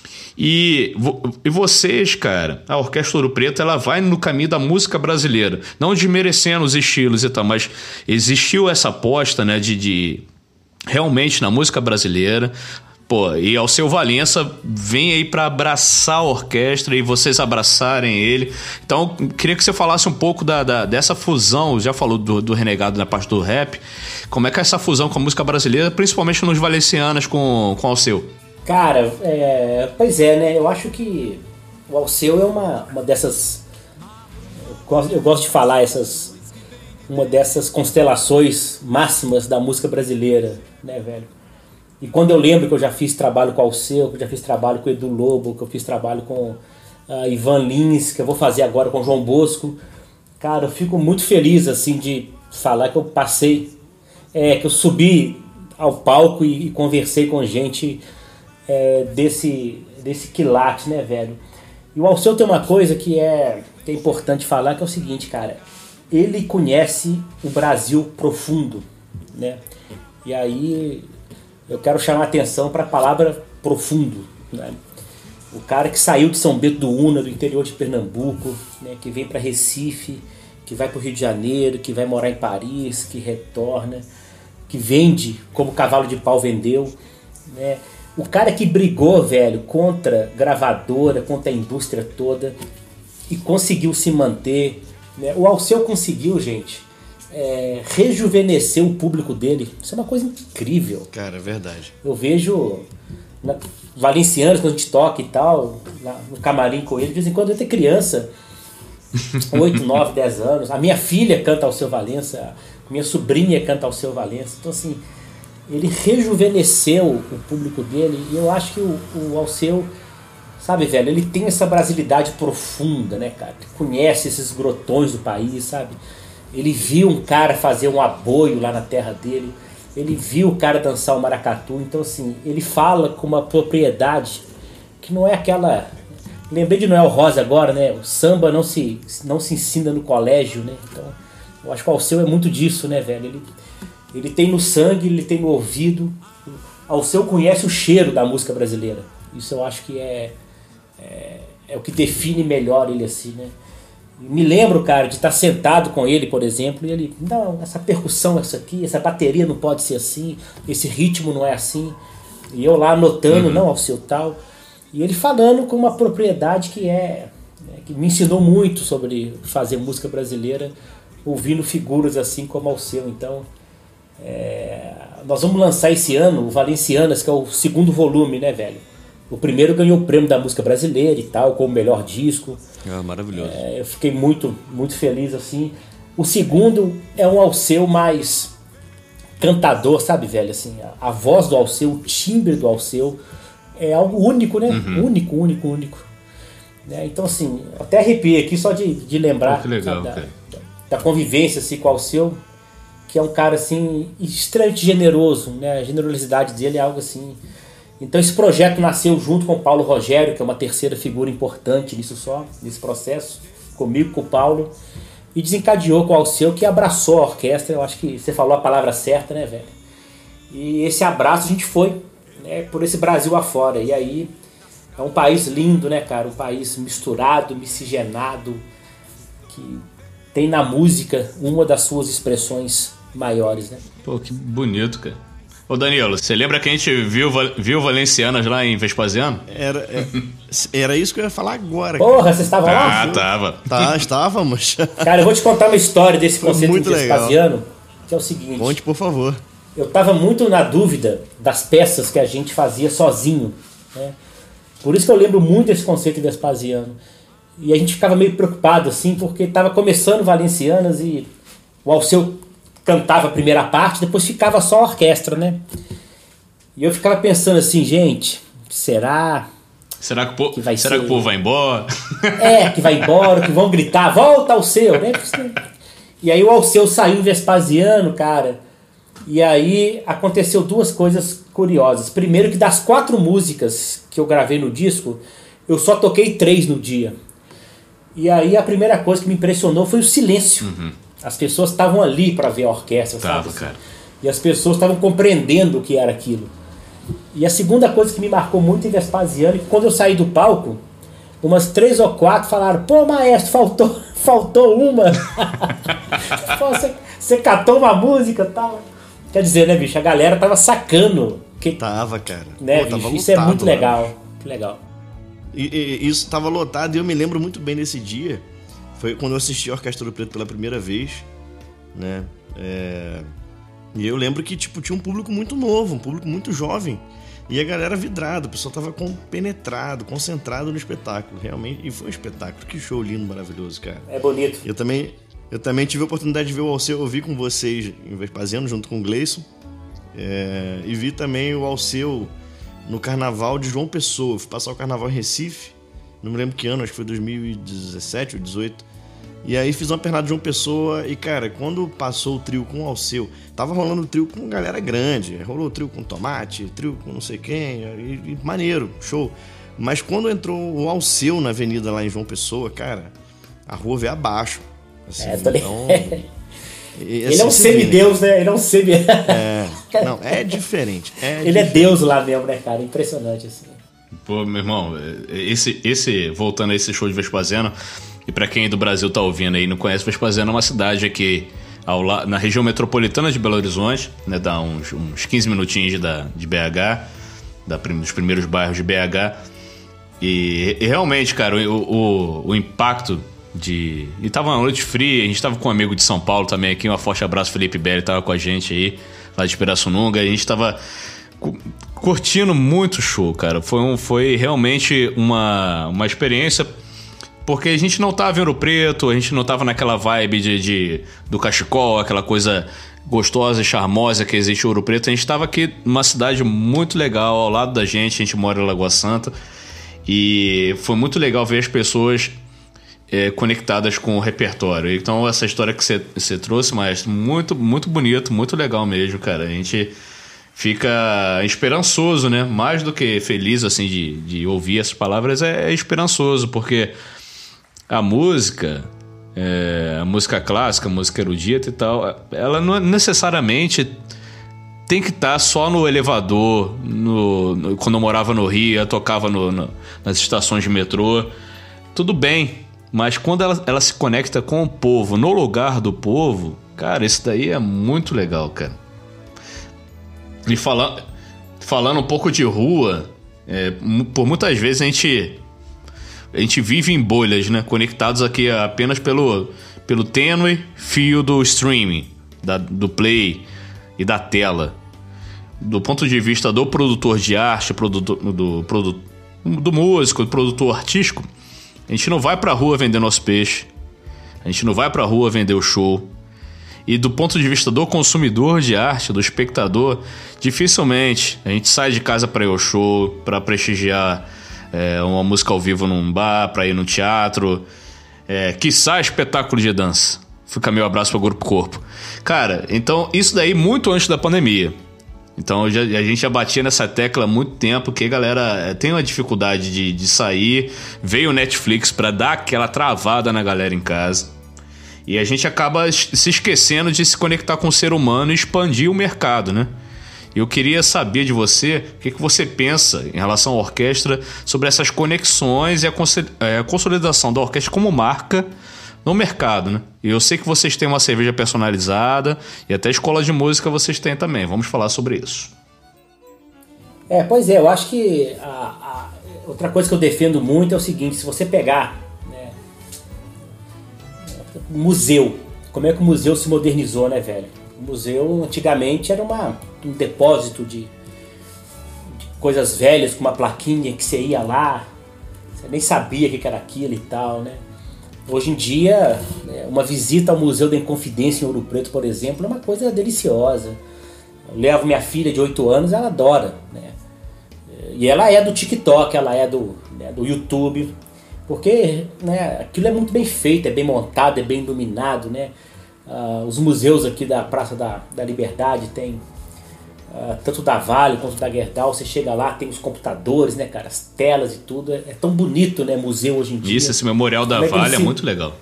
E, e vocês, cara, a Orquestra Ouro Preto, ela vai no caminho da música brasileira, não desmerecendo os estilos e tal, mas existiu essa aposta, né, de, de realmente na música brasileira. Pô, e Alceu Valença vem aí para abraçar a orquestra e vocês abraçarem ele. Então, queria que você falasse um pouco da, da, dessa fusão, já falou do, do Renegado na parte do rap, como é que é essa fusão com a música brasileira, principalmente nos Valencianas com, com Alceu? Cara, é, pois é, né? Eu acho que o Alceu é uma, uma dessas... Eu gosto, eu gosto de falar essas... Uma dessas constelações máximas da música brasileira, né, velho? E quando eu lembro que eu já fiz trabalho com o Alceu, que eu já fiz trabalho com o Edu Lobo, que eu fiz trabalho com uh, Ivan Lins, que eu vou fazer agora com o João Bosco, cara, eu fico muito feliz, assim, de falar que eu passei... É, que eu subi ao palco e, e conversei com gente... É, desse, desse quilate, né, velho? E o Alceu tem uma coisa que é, que é importante falar, que é o seguinte, cara. Ele conhece o Brasil profundo, né? E aí eu quero chamar a atenção para a palavra profundo, né? O cara que saiu de São Bento do Una, do interior de Pernambuco, né, que vem para Recife, que vai para o Rio de Janeiro, que vai morar em Paris, que retorna, que vende como cavalo de pau vendeu, né? O cara que brigou, velho, contra gravadora, contra a indústria toda e conseguiu se manter, né? O Alceu conseguiu, gente, é, rejuvenescer o público dele. Isso é uma coisa incrível. Cara, é verdade. Eu vejo na, Valencianos, quando a gente toca e tal, lá no camarim com ele, de vez em quando eu tenho criança, oito, nove, dez anos. A minha filha canta Alceu Valença, a minha sobrinha canta Alceu Valença. Então, assim... Ele rejuvenesceu o público dele e eu acho que o, o Alceu, sabe, velho, ele tem essa brasilidade profunda, né, cara? Ele conhece esses grotões do país, sabe? Ele viu um cara fazer um aboio lá na terra dele, ele viu o cara dançar o maracatu, então, assim, ele fala com uma propriedade que não é aquela... Lembrei de Noel Rosa agora, né? O samba não se, não se ensina no colégio, né? Então, eu acho que o Alceu é muito disso, né, velho? Ele... Ele tem no sangue, ele tem no ouvido. Alceu conhece o cheiro da música brasileira. Isso eu acho que é, é, é o que define melhor ele assim, né? Me lembro, cara, de estar sentado com ele, por exemplo, e ele, não, essa percussão é isso aqui, essa bateria não pode ser assim, esse ritmo não é assim. E eu lá anotando, uhum. não, ao seu tal. E ele falando com uma propriedade que é, né, que me ensinou muito sobre fazer música brasileira, ouvindo figuras assim como ao seu. Então, é, nós vamos lançar esse ano o Valencianas, que é o segundo volume, né, velho? O primeiro ganhou o prêmio da música brasileira e tal, como melhor disco. Ah, maravilhoso. É, eu fiquei muito, muito feliz, assim. O segundo é um Alceu mais cantador, sabe, velho? Assim, a, a voz do Alceu, o timbre do Alceu é algo único, né? Uhum. Único, único, único. Né? Então, assim, até arrepiei aqui só de, de lembrar Pô, que legal, sabe, da, cara. da convivência assim, com o Alceu, que é um cara, assim, extremamente generoso, né? A generosidade dele é algo assim... Então esse projeto nasceu junto com o Paulo Rogério, que é uma terceira figura importante nisso só, nesse processo, comigo, com o Paulo, e desencadeou com o Alceu, que abraçou a orquestra. Eu acho que você falou a palavra certa, né, velho? E esse abraço a gente foi, né, por esse Brasil afora. E aí é um país lindo, né, cara? Um país misturado, miscigenado, que tem na música uma das suas expressões maiores, né? Pô, que bonito, cara. Ô Danilo, você lembra que a gente viu, viu Valencianas lá em Vespasiano? Era, é, era isso que eu ia falar agora. Porra, você estava lá? Ah, tava. Tá, estávamos. Cara, eu vou te contar uma história desse conceito muito de Vespasiano, que é o seguinte. Conte, por favor. Eu estava muito na dúvida das peças que a gente fazia sozinho, né? Por isso que eu lembro muito desse conceito de Vespasiano. E a gente ficava meio preocupado, assim, porque estava começando Valencianas e o Alceu cantava a primeira parte, depois ficava só a orquestra, né? E eu ficava pensando assim, gente, será... Será que o povo, que vai será ser... que o povo vai embora? É, que vai embora, que vão gritar, volta Alceu, né? E aí o Alceu saiu em Vespasiano, cara, e aí aconteceu duas coisas curiosas. Primeiro que das quatro músicas que eu gravei no disco, eu só toquei três no dia. E aí a primeira coisa que me impressionou foi o silêncio. Uhum. As pessoas estavam ali para ver a orquestra, Tava, sabe? Assim? Cara. E as pessoas estavam compreendendo o que era aquilo. E a segunda coisa que me marcou muito em Vespasiano é que quando eu saí do palco, umas três ou quatro falaram, pô, maestro, faltou, faltou uma. Pô, você, você catou uma música e tal. Quer dizer, né, bicho, a galera tava sacando. Que, tava, cara. Né, Pô, bicho, tava isso é muito lá. legal. Que legal. E, e, isso tava lotado e eu me lembro muito bem desse dia. Foi quando eu assisti a Orquestra do Preto pela primeira vez, né? É... E eu lembro que, tipo, tinha um público muito novo, um público muito jovem. E a galera vidrada, o pessoal tava compenetrado, concentrado no espetáculo, realmente. E foi um espetáculo, que show lindo, maravilhoso, cara. É bonito. Eu também, eu também tive a oportunidade de ver o Alceu, eu vi com vocês em Vespasiano, junto com o Gleison. É... E vi também o Alceu no Carnaval de João Pessoa. Eu fui passar o Carnaval em Recife, não me lembro que ano, acho que foi dois mil e dezessete ou dezoito. E aí fiz uma pernada de João Pessoa e, cara, quando passou o trio com o Alceu, tava rolando o trio com galera grande. Rolou o trio com Tomate, trio com não sei quem, e, e maneiro, show. Mas quando entrou o Alceu na avenida lá em João Pessoa, cara, a rua veio abaixo. Assim, é, tô então... E, assim, ele é um semideus, né? Ele é um semi... É, não, é diferente. É ele diferente. é Deus lá mesmo, né, cara? Impressionante, assim. Pô, meu irmão, esse, esse voltando a esse show de Vespasiano, e pra quem é do Brasil tá ouvindo aí e não conhece, Vespasiano é uma cidade aqui ao la, na região metropolitana de Belo Horizonte, né, dá uns, uns quinze minutinhos da, de B H, da, dos primeiros bairros de B H. E, e realmente, cara, o, o, o impacto de... E tava uma noite fria, a gente tava com um amigo de São Paulo também aqui, um forte abraço, Felipe Belli, tava com a gente aí, lá de Pirassununga, a gente tava curtindo muito o show, cara. Foi, um, foi realmente uma, uma experiência, porque a gente não tava em Ouro Preto, a gente não tava naquela vibe de, de, do cachecol, aquela coisa gostosa e charmosa que existe em Ouro Preto. A gente tava aqui numa cidade muito legal, ao lado da gente, a gente mora em Lagoa Santa, e foi muito legal ver as pessoas é, conectadas com o repertório. Então essa história que você trouxe, maestro, muito, muito bonito, muito legal mesmo, cara. A gente fica esperançoso, né? Mais do que feliz, assim, de, de ouvir essas palavras, é, é esperançoso, porque a música, é, a música clássica, a música erudita e tal, ela não necessariamente tem que estar só no elevador. No, no, quando eu morava no Rio, eu tocava no, no, nas estações de metrô. Tudo bem, mas quando ela, ela se conecta com o povo, no lugar do povo, cara, isso daí é muito legal, cara. E fala, falando um pouco de rua, é, por muitas vezes a gente, a gente vive em bolhas, né? Conectados aqui apenas pelo, pelo tênue fio do streaming, da, do play e da tela. Do ponto de vista do produtor de arte, produtor, do, do, do músico, do produtor artístico, a gente não vai pra rua vender nosso peixe, a gente não vai pra rua vender o show. E do ponto de vista do consumidor de arte, do espectador, dificilmente a gente sai de casa para ir ao show, para prestigiar é, uma música ao vivo num bar, para ir no teatro, é, quiçá espetáculo de dança. Fica meu abraço para o Grupo Corpo. Cara, então isso daí muito antes da pandemia. Então já, a gente já batia nessa tecla há muito tempo, que a galera tem uma dificuldade de, de sair. Veio o Netflix para dar aquela travada na galera em casa. E a gente acaba se esquecendo de se conectar com o ser humano e expandir o mercado, né? Eu queria saber de você o que, que você pensa em relação à orquestra sobre essas conexões e a consolidação da orquestra como marca no mercado, né? E eu sei que vocês têm uma cerveja personalizada e até escola de música vocês têm também. Vamos falar sobre isso. É, pois é, eu acho que a, a, outra coisa que eu defendo muito é o seguinte: se você pegar museu, como é que o museu se modernizou, né, velho? O museu antigamente era uma, um depósito de, de coisas velhas, com uma plaquinha que você ia lá, você nem sabia o que era aquilo e tal, né? Hoje em dia, né, uma visita ao Museu da Inconfidência em Ouro Preto, por exemplo, é uma coisa deliciosa. Eu levo minha filha de oito anos, ela adora, né? E ela é do TikTok, ela é do, né, do YouTube. Porque, né, aquilo é muito bem feito, é bem montado, é bem iluminado, né? Uh, os museus aqui da Praça da, da Liberdade tem uh, tanto da Vale quanto da Gerdau. Você chega lá, tem os computadores, né, cara, as telas e tudo. É, é tão bonito, né, museu hoje em dia. Isso, esse memorial da como Vale é, é se, muito legal.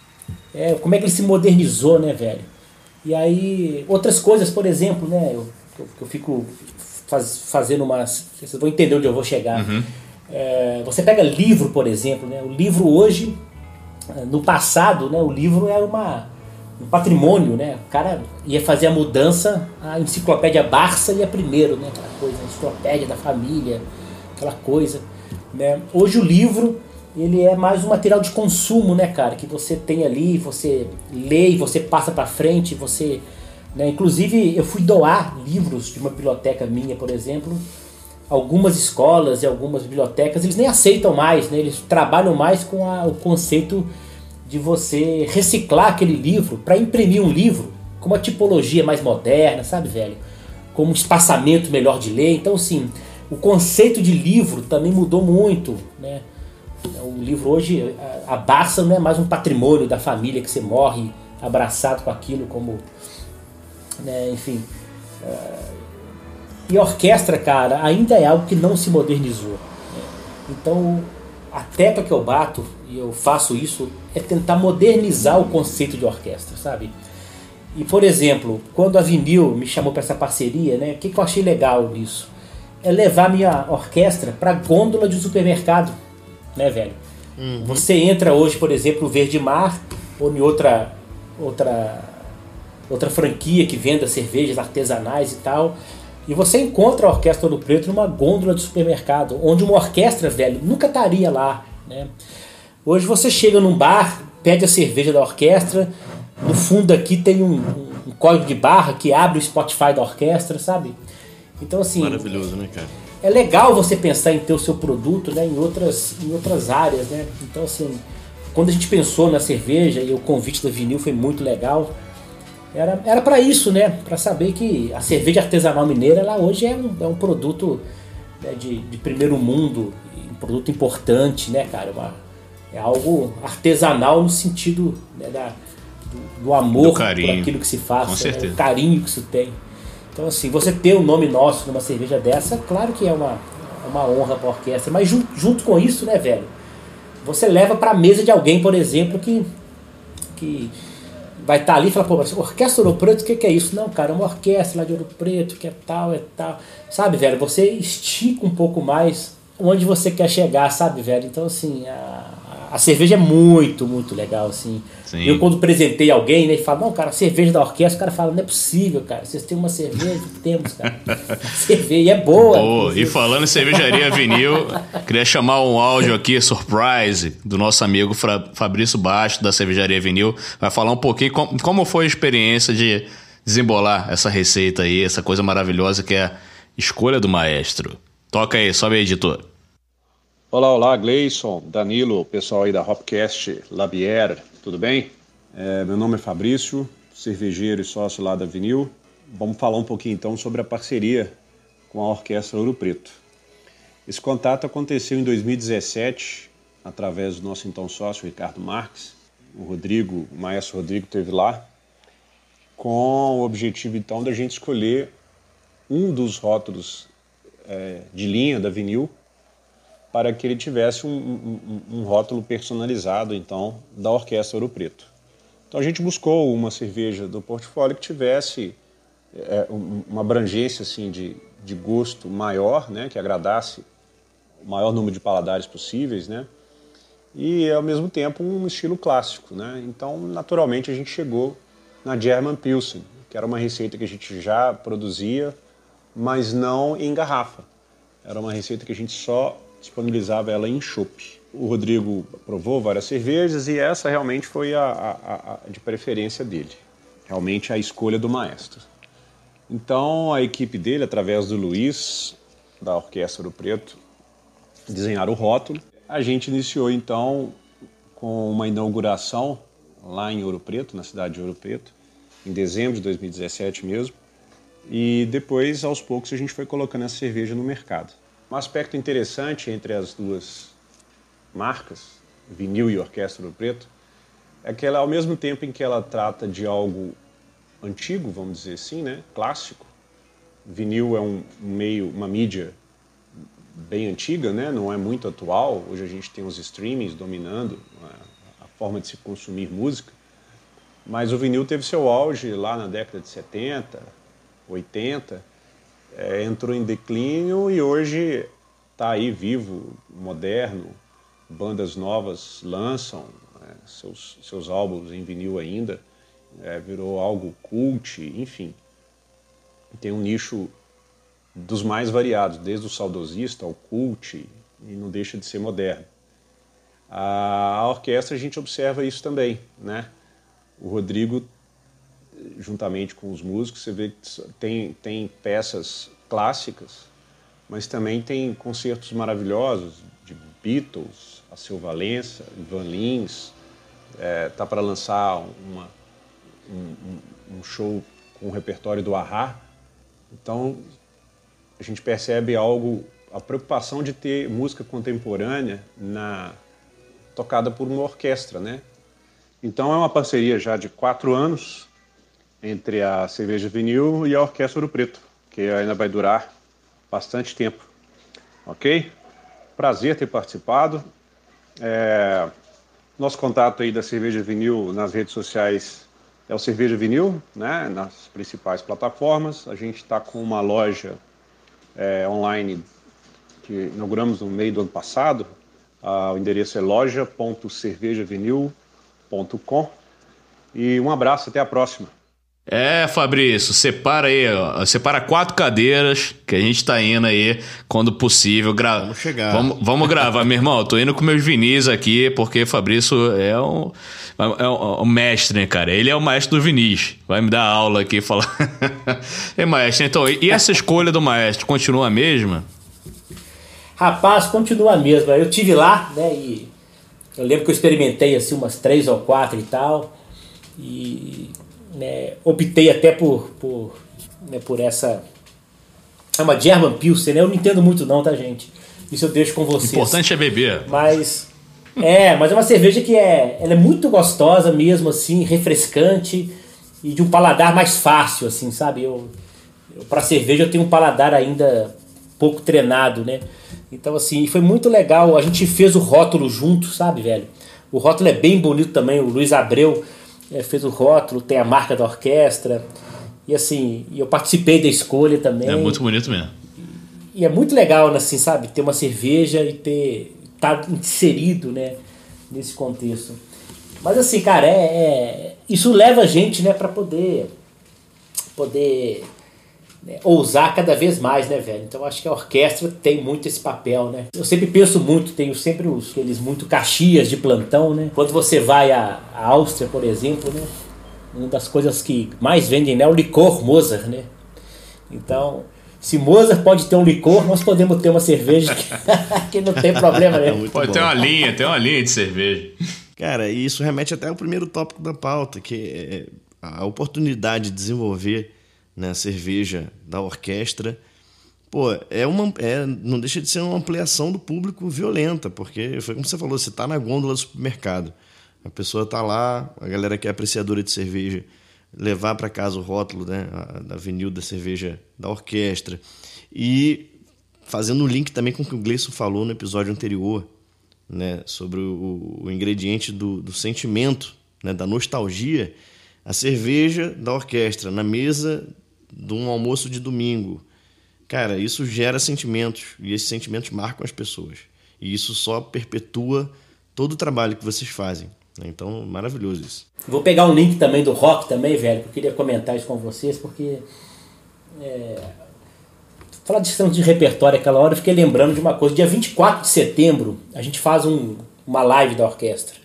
É, como é que ele se modernizou, né, velho? E aí, outras coisas, por exemplo, né, eu, eu, eu fico faz, fazendo umas... Vocês vão entender onde eu vou chegar. Uhum. É, você pega livro, por exemplo, né? O livro hoje, no passado, né, o livro era uma, um patrimônio, né? O cara ia fazer a mudança, a enciclopédia Barça ia primeiro, né? Aquela coisa, a enciclopédia da família, aquela coisa, né? Hoje o livro, ele é mais um material de consumo, né, cara? Que você tem ali, você lê e você passa pra frente, você... Né? Inclusive, eu fui doar livros de uma biblioteca minha, por exemplo. Algumas escolas e algumas bibliotecas, eles nem aceitam mais, né? Eles trabalham mais com a, o conceito de você reciclar aquele livro para imprimir um livro com uma tipologia mais moderna, sabe, velho? Com um espaçamento melhor de ler. Então, assim, o conceito de livro também mudou muito, né? O livro hoje, a, a Barça não é mais um patrimônio da família que você morre abraçado com aquilo, como, né, enfim... Uh, E a orquestra, cara, ainda é algo que não se modernizou, né? Então, a tecla que eu bato, e eu faço isso, é tentar modernizar o conceito de orquestra, sabe? E, por exemplo, quando a Vinil me chamou para essa parceria, né, o que, que eu achei legal nisso? É levar minha orquestra para gôndola de um supermercado, né, velho? Uhum. Você entra hoje, por exemplo, no Verde Mar, ou em outra, outra, outra franquia que venda cervejas artesanais e tal... E você encontra a Orquestra Ouro Preto numa gôndola de supermercado, onde uma orquestra, velho, nunca estaria lá, né? Hoje você chega num bar, pede a cerveja da orquestra, no fundo aqui tem um, um, um código de barra que abre o Spotify da orquestra, sabe? Então, assim... Maravilhoso, né, cara? É legal você pensar em ter o seu produto, né, em outras, em outras áreas, né? Então, assim, quando a gente pensou na cerveja, e o convite da Vinil foi muito legal... Era, era para isso, né? Para saber que a cerveja artesanal mineira, ela hoje é um, é um produto, né, de, de primeiro mundo, um produto importante, né, cara? Uma, é algo artesanal no sentido, né, da, do, do amor por aquilo que se faz, com certeza, né, o carinho que se tem. Então, assim, você ter o nome nosso numa cerveja dessa, claro que é uma, uma honra para a orquestra, mas junto, junto com isso, né, velho? Você leva para a mesa de alguém, por exemplo, que... que vai estar ali e falar, pô, mas Orquestra Ouro Preto, o que, que é isso? Não, cara, é uma orquestra lá de Ouro Preto, que é tal, é tal. Sabe, velho, você estica um pouco mais onde você quer chegar, sabe, velho? Então, assim, a, a cerveja é muito, muito legal, assim. Sim. Eu quando apresentei alguém, né, e falo, não, cara, cerveja da orquestra, o cara fala, não é possível, cara, vocês têm uma cerveja? Temos, cara. Cerveja é boa. Boa. E falando em cervejaria vinil, queria chamar um áudio aqui, surprise, do nosso amigo Fra- Fabrício Basto, da cervejaria vinil. Vai falar um pouquinho com, como foi a experiência de desembolar essa receita aí, essa coisa maravilhosa que é a escolha do maestro. Toca aí, sobe aí, editor. Olá, olá, Gleison, Danilo, pessoal aí da Hopcast, Labier, tudo bem? É, meu nome é Fabrício, cervejeiro e sócio lá da Vinil. Vamos falar um pouquinho então sobre a parceria com a Orquestra Ouro Preto. Esse contato aconteceu em dois mil e dezessete, através do nosso então sócio Ricardo Marques. O Rodrigo, o maestro Rodrigo esteve lá, com o objetivo então da gente escolher um dos rótulos é, de linha da Vinil, para que ele tivesse um, um, um rótulo personalizado, então, da Orquestra Ouro Preto. Então a gente buscou uma cerveja do portfólio que tivesse é, uma abrangência assim, de, de gosto maior, né, que agradasse o maior número de paladares possíveis, né, e, ao mesmo tempo, um estilo clássico. Né. Então, naturalmente, a gente chegou na German Pilsen, que era uma receita que a gente já produzia, mas não em garrafa. Era uma receita que a gente só disponibilizava ela em chopp. O Rodrigo provou várias cervejas e essa realmente foi a, a, a de preferência dele. Realmente a escolha do maestro. Então a equipe dele, através do Luiz, da Orquestra Ouro Preto, desenharam o rótulo. A gente iniciou então com uma inauguração lá em Ouro Preto, na cidade de Ouro Preto, em dezembro de dois mil e dezessete mesmo. E depois, aos poucos, a gente foi colocando essa cerveja no mercado. Um aspecto interessante entre as duas marcas, Vinil e Orquestra Ouro Preto, é que ela, ao mesmo tempo em que ela trata de algo antigo, vamos dizer assim, né, clássico, vinil é um meio, uma mídia bem antiga, né, não é muito atual. Hoje a gente tem os streamings dominando a, a forma de se consumir música, mas o vinil teve seu auge lá na década de setenta, oitenta, É, entrou em declínio e hoje está aí vivo, moderno, bandas novas lançam é, seus, seus álbuns em vinil ainda, é, virou algo cult, enfim. Tem um nicho dos mais variados, desde o saudosista ao cult, e não deixa de ser moderno. A, a orquestra a gente observa isso também, né? O Rodrigo, juntamente com os músicos, você vê que tem, tem peças clássicas, mas também tem concertos maravilhosos de Beatles, Alceu Valença, Ivan Lins, é, tá para lançar uma, um, um show com o repertório do A-ha. Então a gente percebe algo, a preocupação de ter música contemporânea na, tocada por uma orquestra, né? Então é uma parceria já de quatro anos entre a Cerveja Vinil e a Orquestra Ouro Preto, que ainda vai durar bastante tempo. Ok? Prazer ter participado. É... Nosso contato aí da Cerveja Vinil nas redes sociais é o Cerveja Vinil, né? Nas principais plataformas. A gente está com uma loja é, online que inauguramos no meio do ano passado. Ah, o endereço é loja ponto cerveja vinil ponto com. E um abraço, até a próxima. É, Fabrício, separa aí, ó, separa quatro cadeiras que a gente tá indo aí, quando possível. Gra... Vamos chegar. Vamos, vamos gravar, meu irmão. Eu tô indo com meus vinis aqui, porque Fabrício é um, é um, um mestre, né, cara? Ele é o maestro do vinis. Vai me dar aula aqui e falar. É, maestro, então, e essa escolha do maestro continua a mesma? Rapaz, continua a mesma. Eu tive lá, né, e eu lembro que eu experimentei assim umas três ou quatro e tal, e né, optei até por, por, né, por essa... É uma German Pilsen, né? Eu não entendo muito não, tá, gente? Isso eu deixo com vocês. O importante é beber. Mas é, mas é uma cerveja que é, ela é muito gostosa mesmo, assim, refrescante e de um paladar mais fácil, assim, sabe? Eu, eu para cerveja eu tenho um paladar ainda pouco treinado, né? Então, assim, foi muito legal. A gente fez o rótulo junto, sabe, velho? O rótulo é bem bonito também. O Luiz Abreu É, fez o rótulo, tem a marca da orquestra, e assim, eu participei da escolha também. É muito bonito mesmo. E é muito legal, assim, sabe, ter uma cerveja e ter tá inserido, né, nesse contexto. Mas assim, cara, é, é, isso leva a gente, né, para poder, poder né, ousar cada vez mais, né, velho? Então acho que a orquestra tem muito esse papel, né? Eu sempre penso muito, tenho sempre os, aqueles muito caxias de plantão, né? Quando você vai à, à Áustria, por exemplo, né? Uma das coisas que mais vendem, né, é o licor Mozart, né? Então, se Mozart pode ter um licor, nós podemos ter uma cerveja que, que não tem problema nenhum. Pode ter uma linha, tem uma linha de cerveja. Cara, e isso remete até ao primeiro tópico da pauta, que é a oportunidade de desenvolver, né, a cerveja da orquestra. Pô, é uma, é, não deixa de ser uma ampliação do público violenta, porque foi como você falou, você tá na gôndola do supermercado, a pessoa tá lá, a galera que é apreciadora de cerveja, levar para casa o rótulo, né, da vinil da cerveja da orquestra, e fazendo um link também com o que o Gleison falou no episódio anterior, né, sobre o, o ingrediente do, do sentimento, né, da nostalgia, a cerveja da orquestra na mesa de um almoço de domingo. Cara, isso gera sentimentos, e esses sentimentos marcam as pessoas, e isso só perpetua todo o trabalho que vocês fazem. Então, maravilhoso isso. Vou pegar um link também do rock também, velho, que eu queria comentar isso com vocês, porque é, falar de questão de repertório aquela hora, eu fiquei lembrando de uma coisa. Dia vinte e quatro de setembro, a gente faz um, uma live da orquestra.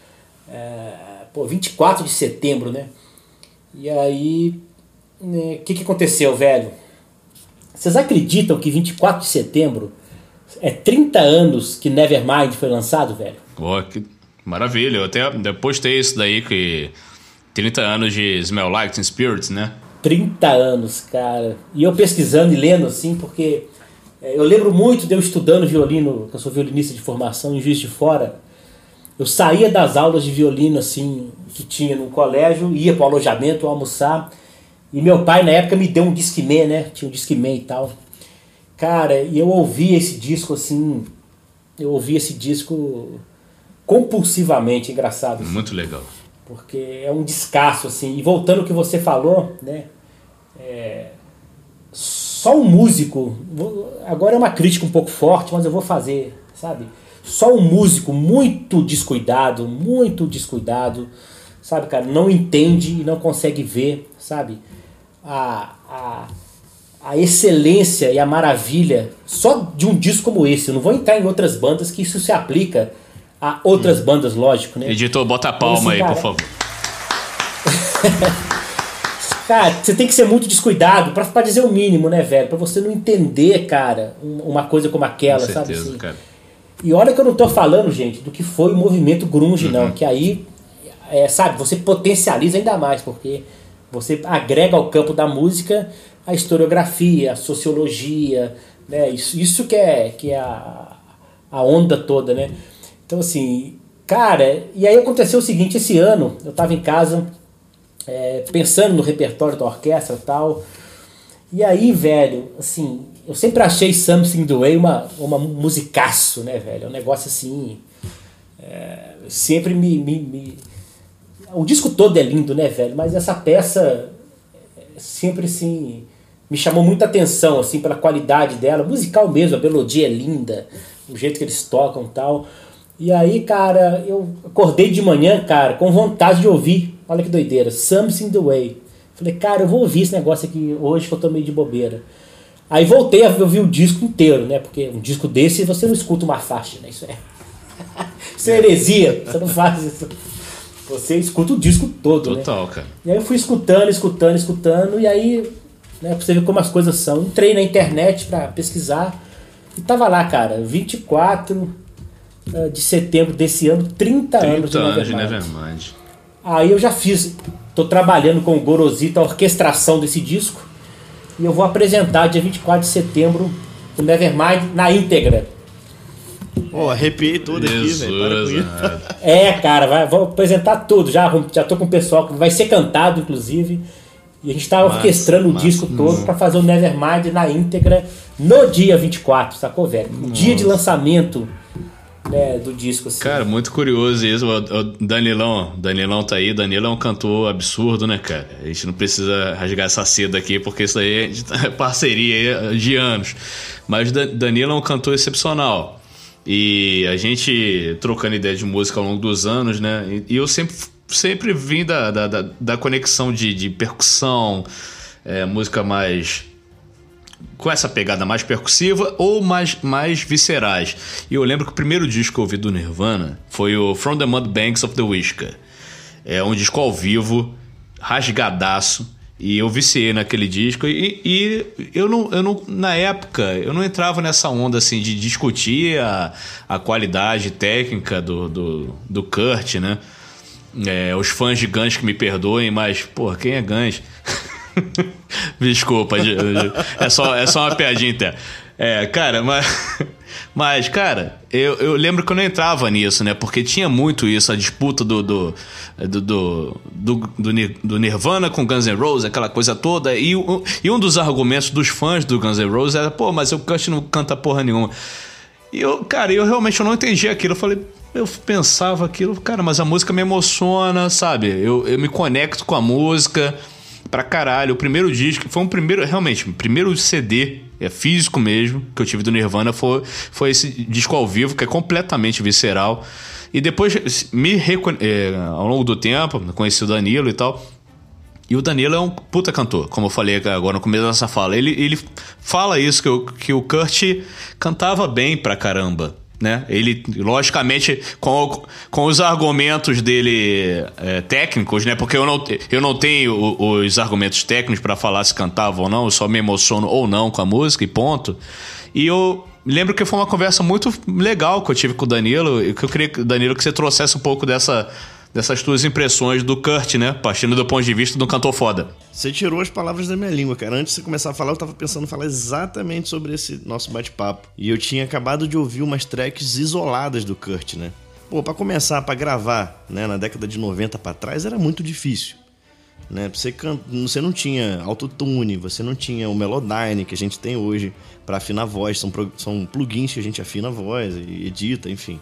É, pô, vinte e quatro de setembro, né? E aí, o né, que, que aconteceu, velho? Vocês acreditam que vinte e quatro de setembro é trinta anos que Nevermind foi lançado, velho? Pô, que maravilha. Eu até eu postei isso daí, que trinta anos de Smell Like Teen Spirit, né? trinta anos, cara. E eu pesquisando e lendo, assim, porque é, eu lembro muito de eu estudando violino, que eu sou violinista de formação em Juiz de Fora. Eu saía das aulas de violino, assim, que tinha no colégio, ia pro alojamento almoçar, e meu pai, na época, me deu um Discman, né? Tinha um Discman e tal. Cara, e eu ouvi esse disco, assim, eu ouvi esse disco compulsivamente, engraçado. Assim. Muito legal. Porque é um descasso, assim. E voltando ao que você falou, né? É, só um músico... Agora é uma crítica um pouco forte, mas eu vou fazer, sabe? Só um músico muito descuidado, muito descuidado, sabe, cara? Não entende e não consegue ver, sabe? A, a, a excelência e a maravilha só de um disco como esse. Eu não vou entrar em outras bandas que isso se aplica a outras hum. bandas, lógico, né? Editor, bota a palma assim, aí, cara, por favor. Cara, você tem que ser muito descuidado pra, pra dizer o mínimo, né, velho? Pra você não entender, cara, uma coisa como aquela, com certeza, sabe? Assim. Cara. E olha que eu não tô falando, gente, do que foi o movimento grunge, uhum. não. Que aí, é, sabe, você potencializa ainda mais, porque você agrega ao campo da música a historiografia, a sociologia, né? Isso, isso que é, que é a, a onda toda, né? Então, assim, cara, e aí aconteceu o seguinte, esse ano eu tava em casa é, pensando no repertório da orquestra e tal, e aí, velho, assim, eu sempre achei Something the Way uma, uma musicaço, né, velho? É um negócio assim, é, sempre me, me, me... O disco todo é lindo, né, velho? Mas essa peça sempre, assim, me chamou muita atenção, assim, pela qualidade dela, musical mesmo, a melodia é linda, o jeito que eles tocam e tal. E aí, cara, eu acordei de manhã, cara, com vontade de ouvir, olha que doideira, Something the Way. Falei, cara, eu vou ouvir esse negócio aqui hoje que eu tô meio de bobeira. Aí voltei a ouvir o disco inteiro, né? Porque um disco desse você não escuta uma faixa, né? Isso é, isso é heresia, você não faz isso. Você escuta o disco todo, total, né? Cara. E aí eu fui escutando, escutando, escutando, e aí, né, pra você ver como as coisas são. Entrei na internet pra pesquisar e tava lá, cara, vinte e quatro de setembro desse ano, trinta anos de Nevermind. Nevermind. Aí eu já fiz, tô trabalhando com o Gorosito a orquestração desse disco, e eu vou apresentar dia vinte e quatro de setembro o Nevermind na íntegra. Pô, oh, arrepiei todo aqui, velho. É, cara, vai, vou apresentar tudo. Já, já tô com o pessoal que vai ser cantado, inclusive. E a gente tá massa, orquestrando massa, o disco massa. todo pra fazer o Nevermind na íntegra no dia vinte e quatro, sacou, velho? O dia de lançamento, né, do disco, assim. Cara, muito curioso isso. O Danilão, Danilão tá aí. Danilo é um cantor absurdo, né, cara? A gente não precisa rasgar essa seda aqui, porque isso aí é parceria de anos. Mas Danilo é um cantor excepcional. E a gente trocando ideia de música ao longo dos anos, né? E, e eu sempre, sempre vim da, da, da, da conexão de, de percussão, é, música mais... com essa pegada mais percussiva ou mais, mais viscerais. E eu lembro que o primeiro disco que eu ouvi do Nirvana foi o From the Mud Banks of the Whisker. É um disco ao vivo, rasgadaço, e eu viciei naquele disco. E, e eu, não, eu não, na época, eu não entrava nessa onda assim, de discutir a, a qualidade técnica do, do, do Kurt, né? É, os fãs de Guns que me perdoem, mas, pô, quem é Guns? Desculpa, é só, é só uma piadinha interna. É, cara, mas, mas cara, eu, eu lembro que eu não entrava nisso, né? Porque tinha muito isso, a disputa do do, do, do, do, do Nirvana com Guns N' Roses, aquela coisa toda. E, e um dos argumentos dos fãs do Guns N' Roses era, pô, mas o Kurt não canta porra nenhuma. E eu, cara, eu realmente eu não entendi aquilo. Eu falei, eu pensava aquilo, cara, mas a música me emociona, sabe? Eu, eu me conecto com a música pra caralho. O primeiro disco, foi um primeiro, realmente, o primeiro C D, é físico mesmo, que eu tive do Nirvana, foi, foi esse disco ao vivo, que é completamente visceral. E depois, me recone... é, ao longo do tempo, conheci o Danilo e tal. E o Danilo é um puta cantor, como eu falei agora no começo dessa fala. Ele, ele fala isso, que, eu, que o Kurt cantava bem pra caramba, né? Ele, logicamente, com, com os argumentos dele é, técnicos, né? Porque eu não, eu não tenho os argumentos técnicos para falar se cantava ou não, eu só me emociono ou não com a música e ponto. E eu lembro que foi uma conversa muito legal que eu tive com o Danilo, e que eu queria, Danilo, que você trouxesse um pouco dessa, dessas tuas impressões do Kurt, né? Partindo do ponto de vista de um cantor foda. Você tirou as palavras da minha língua, cara. Antes de você começar a falar, eu tava pensando em falar exatamente sobre esse nosso bate-papo. E eu tinha acabado de ouvir umas tracks isoladas do Kurt, né? Pô, pra começar, pra gravar, né, na década de noventa pra trás, era muito difícil, né? Você, can... você não tinha autotune, você não tinha o Melodyne que a gente tem hoje pra afinar a voz. São, pro... São plugins que a gente afina a voz e edita, enfim.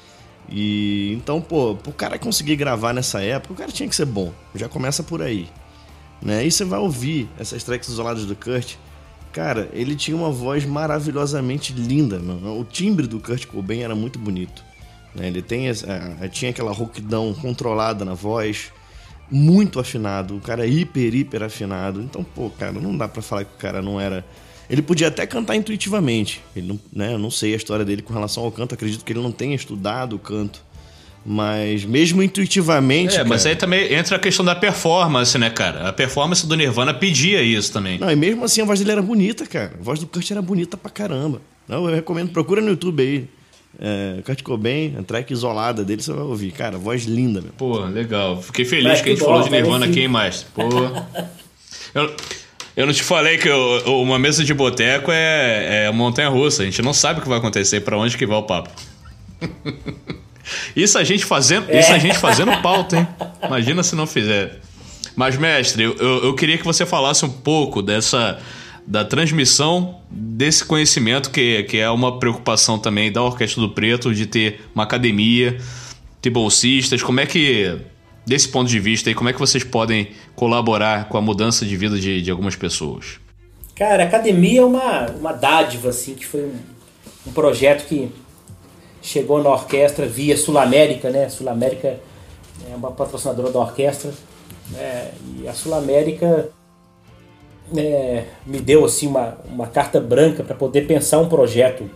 E então, pô, pro cara conseguir gravar nessa época, o cara tinha que ser bom. Já começa por aí, né? E você vai ouvir essas tracks isoladas do Kurt. Cara, ele tinha uma voz maravilhosamente linda, mano. O timbre do Kurt Cobain era muito bonito, né? Ele tem, é, tinha aquela rouquidão controlada na voz, muito afinado. O cara é hiper, hiper afinado. Então, pô, cara, não dá pra falar que o cara não era... Ele podia até cantar intuitivamente. Ele não, né, eu não sei a história dele com relação ao canto. Acredito que ele não tenha estudado o canto. Mas mesmo intuitivamente... É, cara... mas aí também entra a questão da performance, né, cara? A performance do Nirvana pedia isso também. Não, e mesmo assim a voz dele era bonita, cara. A voz do Kurt era bonita pra caramba. Não, eu recomendo, procura no YouTube aí. É, Kurt Cobain, a track isolada dele, você vai ouvir. Cara, voz linda, meu. Pô, legal. Fiquei feliz Mas que a gente bom, falou de Nirvana esse... aqui, mais. Pô... eu, eu não te falei que eu, uma mesa de boteco é, é montanha-russa. A gente não sabe o que vai acontecer, pra onde que vai o papo. Isso a gente fazendo, é. isso a gente fazendo pauta, hein? Imagina se não fizer. Mas, mestre, eu, eu queria que você falasse um pouco dessa... da transmissão desse conhecimento, que, que é uma preocupação também da Orquestra do Preto, de ter uma academia, ter bolsistas. Como é que, desse ponto de vista aí, como é que vocês podem colaborar com a mudança de vida de, de algumas pessoas? Cara, a academia é uma, uma dádiva, assim, que foi um, um projeto que chegou na orquestra via Sul América, né? Sul América é uma patrocinadora da orquestra, né? E a Sul América... É, me deu assim uma, uma carta branca para poder pensar um projeto.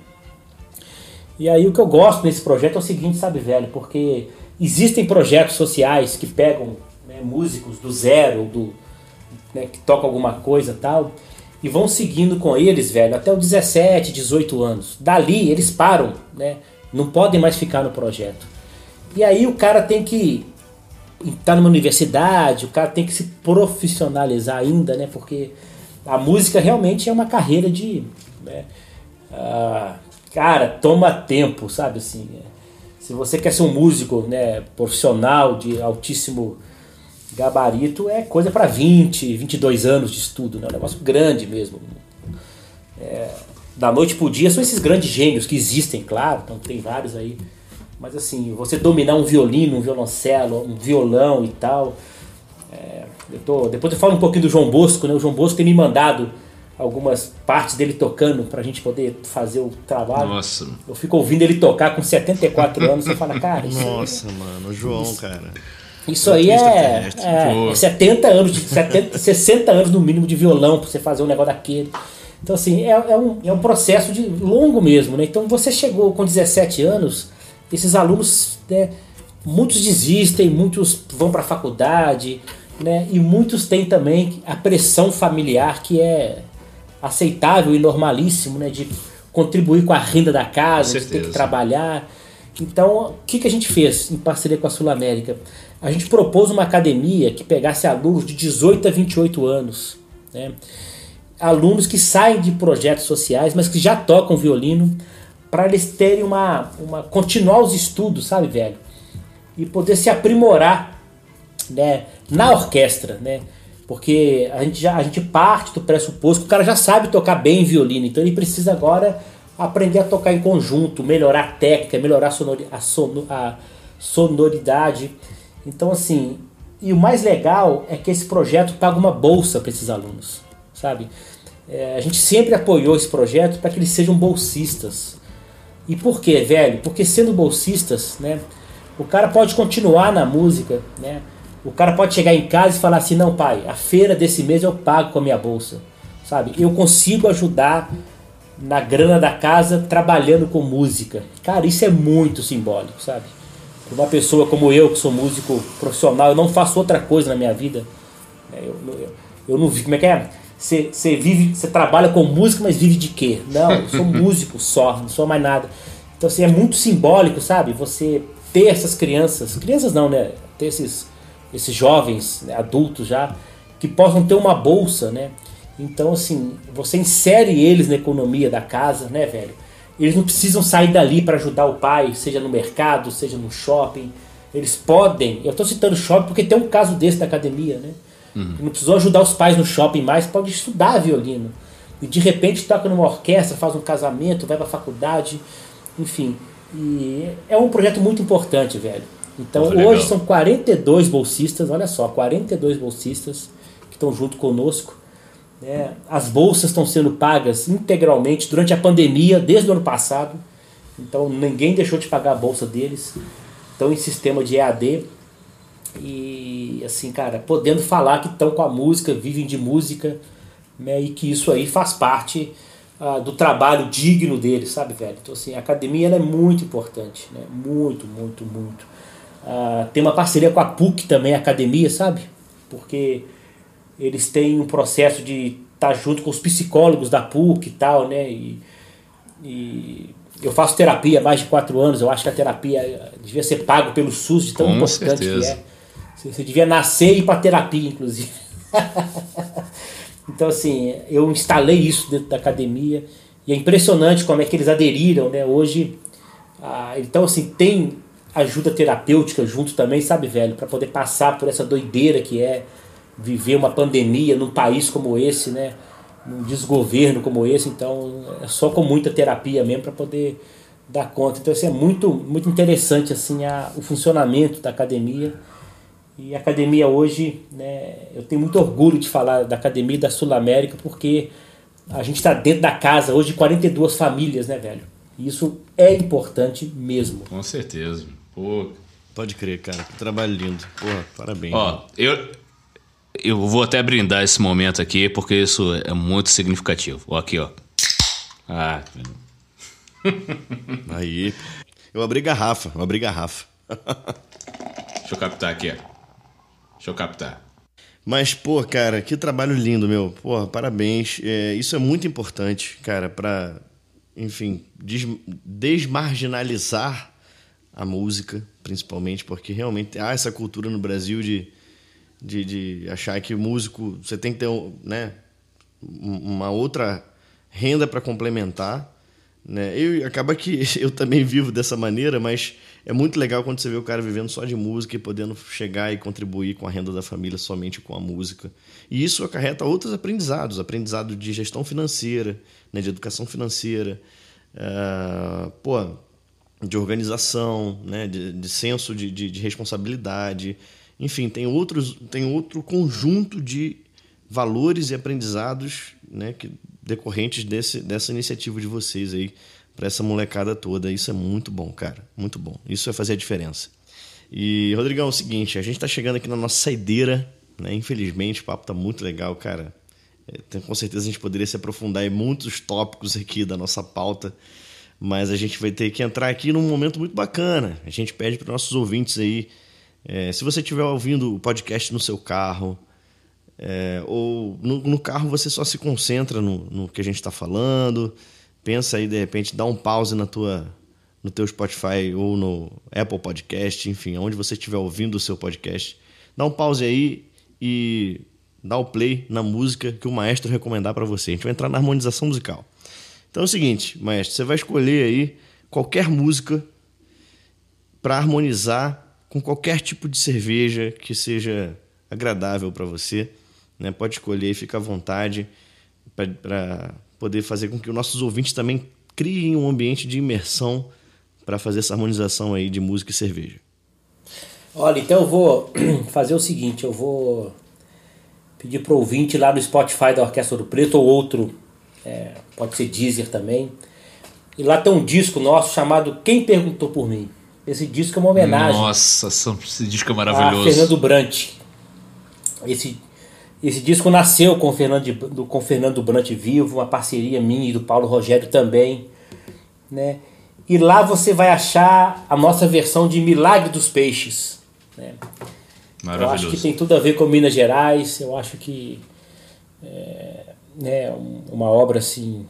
E aí o que eu gosto nesse projeto é o seguinte, sabe, velho? Porque existem projetos sociais que pegam, né, músicos do zero, do, né, que tocam alguma coisa e tal, e vão seguindo com eles, velho, até os dezessete, dezoito anos. Dali eles param, né? Não podem mais ficar no projeto. E aí o cara tem que tá numa universidade, o cara tem que se profissionalizar ainda, né? Porque a música realmente é uma carreira de... Né? Ah, cara, toma tempo, sabe? Assim, se você quer ser um músico, né, profissional de altíssimo gabarito, é coisa para vinte, vinte e dois anos de estudo, né? É um negócio grande mesmo. É, da noite pro dia são esses grandes gênios que existem, claro, então tem vários aí. Mas assim, você dominar um violino, um violoncelo, um violão e tal... É, eu tô, depois eu falo um pouquinho do João Bosco, né? O João Bosco tem me mandado algumas partes dele tocando pra gente poder fazer o trabalho. Nossa. Eu fico ouvindo ele tocar com setenta e quatro anos, você fala, cara... Isso Nossa, aí, mano, o João, isso, cara. Isso aí é, é, é setenta anos, de, setenta, sessenta anos no mínimo de violão pra você fazer um negócio daquele. Então, assim, é, é, um, é um processo de longo mesmo, né? Então, você chegou com dezessete anos, esses alunos, né, muitos desistem, muitos vão pra faculdade, né? E muitos têm também a pressão familiar que é aceitável e normalíssimo, né? De contribuir com a renda da casa, de ter que trabalhar. Então, o que, que a gente fez em parceria com a Sul América? A gente propôs uma academia que pegasse alunos de dezoito a vinte e oito anos, né? Alunos que saem de projetos sociais, mas que já tocam violino, para eles terem uma, uma... continuar os estudos, sabe, velho? E poder se aprimorar, né, na orquestra, né? Porque a gente, já, a gente parte do pressuposto que o cara já sabe tocar bem violino, então ele precisa agora aprender a tocar em conjunto, melhorar a técnica, melhorar a, sonori, a, sono, a sonoridade. Então, assim, e o mais legal é que esse projeto paga uma bolsa para esses alunos, sabe? É, a gente sempre apoiou esse projeto para que eles sejam bolsistas. E por quê, velho? Porque sendo bolsistas, né, o cara pode continuar na música, né? O cara pode chegar em casa e falar assim, não, pai, a feira desse mês eu pago com a minha bolsa, sabe? Eu consigo ajudar na grana da casa trabalhando com música. Cara, isso é muito simbólico, sabe? Uma pessoa como eu, que sou músico profissional, eu não faço outra coisa na minha vida. Eu, eu, eu não vi, como é que é? Você, você vive, você trabalha com música, mas vive de quê? Não, eu sou músico só, não sou mais nada. Então, assim, é muito simbólico, sabe? Você ter essas crianças, crianças não, né? Ter esses, esses jovens, né, adultos já, que possam ter uma bolsa, né? Então, assim, você insere eles na economia da casa, né, velho? Eles não precisam sair dali para ajudar o pai, seja no mercado, seja no shopping. Eles podem, eu estou citando shopping porque tem um caso desse da academia, né? Uhum. Não precisou ajudar os pais no shopping mais, pode estudar violino. E de repente toca numa orquestra, faz um casamento, vai pra faculdade, enfim. E é um projeto muito importante, velho. Então hoje legal. São quarenta e dois bolsistas, olha só, quarenta e dois bolsistas que estão junto conosco. Né? As bolsas estão sendo pagas integralmente durante a pandemia, desde o ano passado. Então ninguém deixou de pagar a bolsa deles. Estão em sistema de E A D. E assim, cara, podendo falar que estão com a música, vivem de música, né, e que isso aí faz parte uh, do trabalho digno deles, sabe, velho? Então, assim, a academia ela é muito importante, né? Muito, muito, muito. Uh, tem uma parceria com a P U C também, a academia, sabe? Porque eles têm um processo de estar junto com os psicólogos da P U C e tal, né? E, e eu faço terapia há mais de quatro anos, eu acho que a terapia devia ser pago pelo SUS, de tão com importante certeza. Que é. Você devia nascer e ir para terapia, inclusive. Então, assim, eu instalei isso dentro da academia e é impressionante como é que eles aderiram, né? Hoje, ah, então, assim, tem ajuda terapêutica junto também, sabe, velho? Para poder passar por essa doideira que é viver uma pandemia num país como esse, né? Num desgoverno como esse. Então, é só com muita terapia mesmo para poder dar conta. Então, assim, é muito, muito interessante, assim, a, o funcionamento da academia. E a academia hoje, né, eu tenho muito orgulho de falar da academia da Sul América, porque a gente está dentro da casa hoje de quarenta e duas famílias, né, velho? E isso é importante mesmo. Com certeza. Pô. Pode crer, cara. Que trabalho lindo. Porra, parabéns. Ó, eu, eu vou até brindar esse momento aqui, porque isso é muito significativo. Ó, aqui, ó. Ah, aí. Eu abri garrafa, eu abri garrafa. Deixa eu captar aqui, ó. Deixa eu captar. Mas, pô, cara, que trabalho lindo, meu. Pô, parabéns. É, isso é muito importante, cara, pra, enfim, des- desmarginalizar a música, principalmente, porque realmente há essa cultura no Brasil de, de, de achar que o músico, você tem que ter, né, uma outra renda para complementar, né? Eu, acaba que eu também vivo dessa maneira, mas é muito legal quando você vê o cara vivendo só de música e podendo chegar e contribuir com a renda da família somente com a música. E isso acarreta outros aprendizados, aprendizado de gestão financeira, né, de educação financeira, uh, pô, de organização, né, de, de senso de, de, de responsabilidade. Enfim, tem, outros, tem outro conjunto de valores e aprendizados, né, que decorrentes desse, dessa iniciativa de vocês aí para essa molecada toda. Isso é muito bom, cara. Muito bom. Isso vai fazer a diferença. E, Rodrigão, é o seguinte, a gente está chegando aqui na nossa saideira, né? Infelizmente, o papo tá muito legal, cara. É, com certeza a gente poderia se aprofundar em muitos tópicos aqui da nossa pauta, mas a gente vai ter que entrar aqui num momento muito bacana. A gente pede para os nossos ouvintes aí, é, se você estiver ouvindo o podcast no seu carro, é, ou no, no carro você só se concentra no, no que a gente está falando, pensa aí, de repente, dá um pause na tua, no teu Spotify ou no Apple Podcast, enfim, onde você estiver ouvindo o seu podcast, dá um pause aí e dá o play na música que o maestro recomendar para você. A gente vai entrar na harmonização musical. Então é o seguinte, maestro, você vai escolher aí qualquer música para harmonizar com qualquer tipo de cerveja que seja agradável para você, né? Pode escolher, fica à vontade para poder fazer com que os nossos ouvintes também criem um ambiente de imersão para fazer essa harmonização aí de música e cerveja. Olha, então eu vou fazer o seguinte, eu vou pedir para o ouvinte lá no Spotify da Orquestra Ouro Preto ou outro, é, pode ser Deezer também, e lá tem um disco nosso chamado Quem Perguntou Por Mim. Esse disco é uma homenagem. Nossa, esse disco é maravilhoso. A Fernando Brant. Esse, esse disco nasceu com o Fernando, com o Fernando Brant vivo, uma parceria minha e do Paulo Rogério também, né? E lá você vai achar a nossa versão de Milagre dos Peixes, né? Eu acho que tem tudo a ver com Minas Gerais. Eu acho que é, né, uma obra assim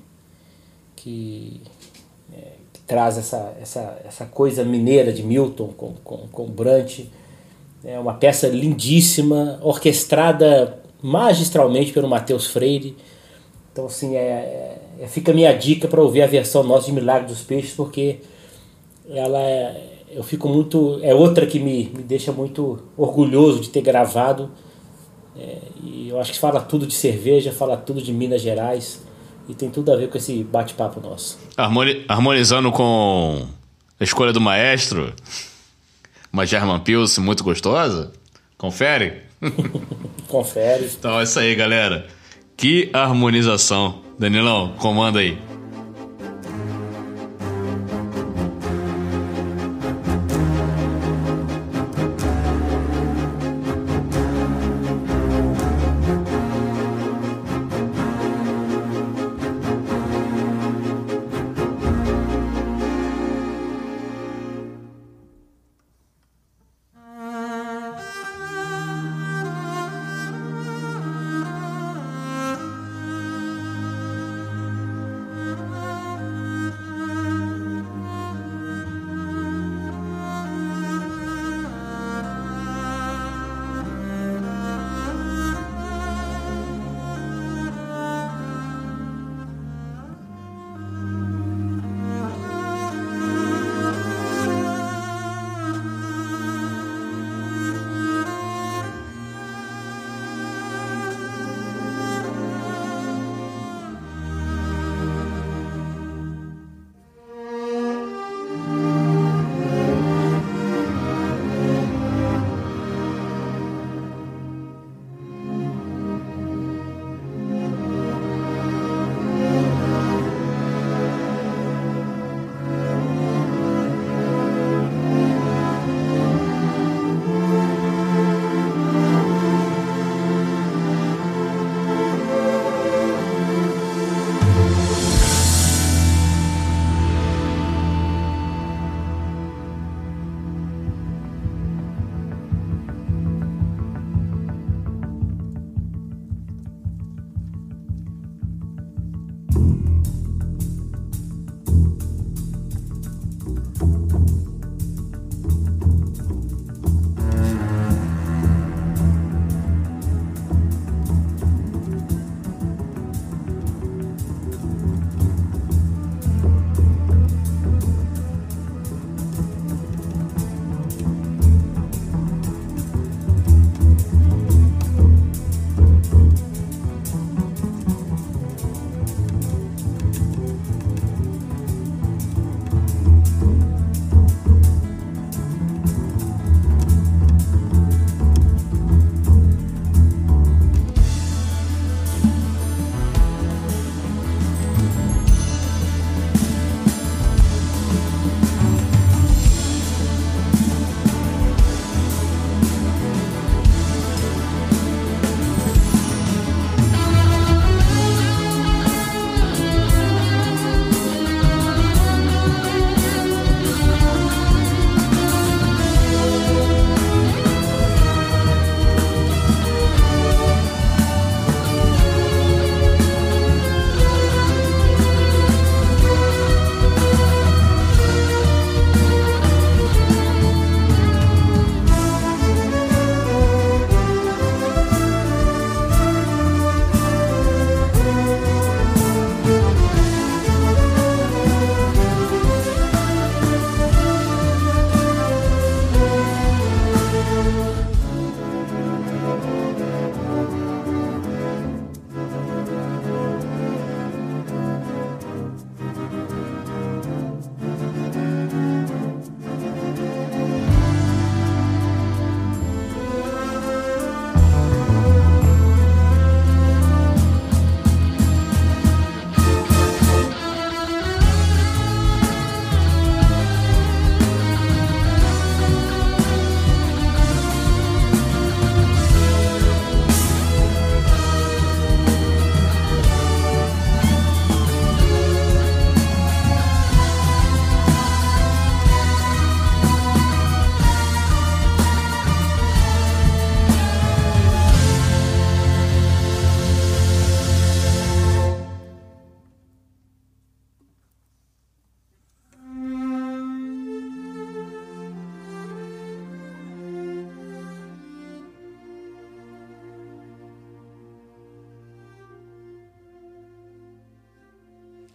que, é, que traz essa, essa, essa coisa mineira de Milton com, com, com Brant. É uma peça lindíssima, orquestrada magistralmente pelo Matheus Freire. Então assim, é, é, fica a minha dica para ouvir a versão nossa de Milagre dos Peixes, porque ela é, eu fico muito, é outra que me, me deixa muito orgulhoso de ter gravado, é, e eu acho que fala tudo de cerveja, fala tudo de Minas Gerais e tem tudo a ver com esse bate-papo nosso. Harmoni- harmonizando com a escolha do maestro, uma German Pils muito gostosa, confere? Confere. Então é isso aí, galera. Que harmonização. Danilão, comanda aí.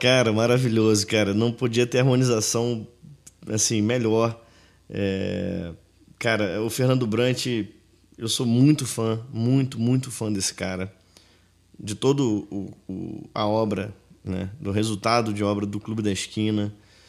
Cara, maravilhoso, cara. Não podia ter harmonização assim, melhor. É... Cara, o Fernando Brant, eu sou muito fã, muito, muito fã desse cara. De todo o, o, a obra, né? Do resultado de obra do Clube da Esquina.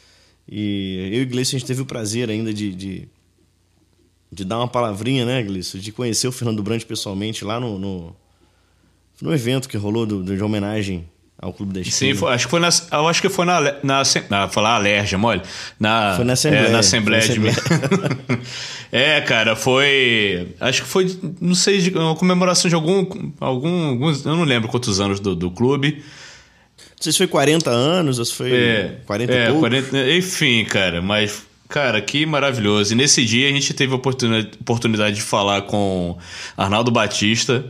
E eu e o Gleison, a gente teve o prazer ainda de, de, de dar uma palavrinha, né, Gleison? De conhecer o Fernando Brant pessoalmente lá no, no, no evento que rolou do, de homenagem ao Clube da Esquina. Sim, foi, acho que foi na, eu acho que foi na, na, na falar alergia, mole. Na, foi na Assembleia. É, na Assembleia, foi na Assembleia. De... é, cara, foi, acho que foi, não sei, de, uma comemoração de algum, algum, alguns, eu não lembro quantos anos do, do clube. Não sei se foi quarenta anos ou se foi é, quarenta é, e pouco. quarenta, enfim, cara, mas, cara, que maravilhoso. E nesse dia a gente teve a oportunidade, oportunidade de falar com Arnaldo Batista,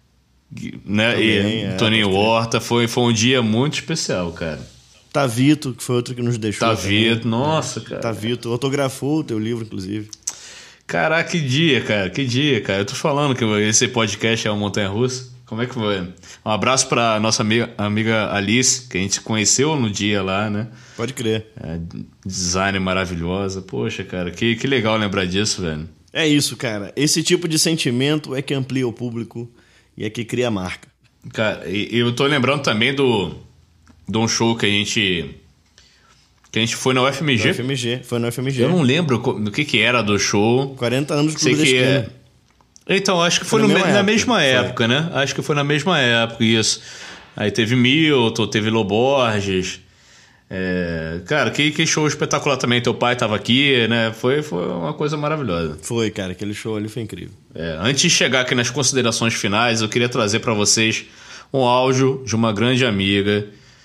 né? Também, e é, Toninho Horta. Foi, foi um dia muito especial, cara. Tavito, que foi outro que nos deixou. Tavito, também. Nossa, cara. Tavito, autografou o teu livro, inclusive. Caraca, que dia, cara, que dia, cara. Eu tô falando que esse podcast é uma montanha-russa. Como é que foi? Um abraço pra nossa amiga, amiga Alice, que a gente conheceu no dia lá, né? Pode crer. É, design maravilhosa. Poxa, cara, que, que legal lembrar disso, velho. É isso, cara. Esse tipo de sentimento é que amplia o público e é que cria a marca. Cara, e eu tô lembrando também do de um show que a gente que a gente foi na U F M G. Na U F M G, foi na U F M G. Eu não lembro do que que era do show. quarenta anos do Sei Clube da que Esquina. é... Então, acho que foi, foi no, na, mesma na época, mesma época, né? Acho que foi na mesma época, isso. Aí teve Milton, teve Loborges. É... Cara, que, que show espetacular também. Teu pai tava aqui, né? Foi, foi uma coisa maravilhosa. Foi, cara. Aquele show ali foi incrível. É, antes de chegar aqui nas considerações finais, eu queria trazer para vocês um áudio de uma grande amiga,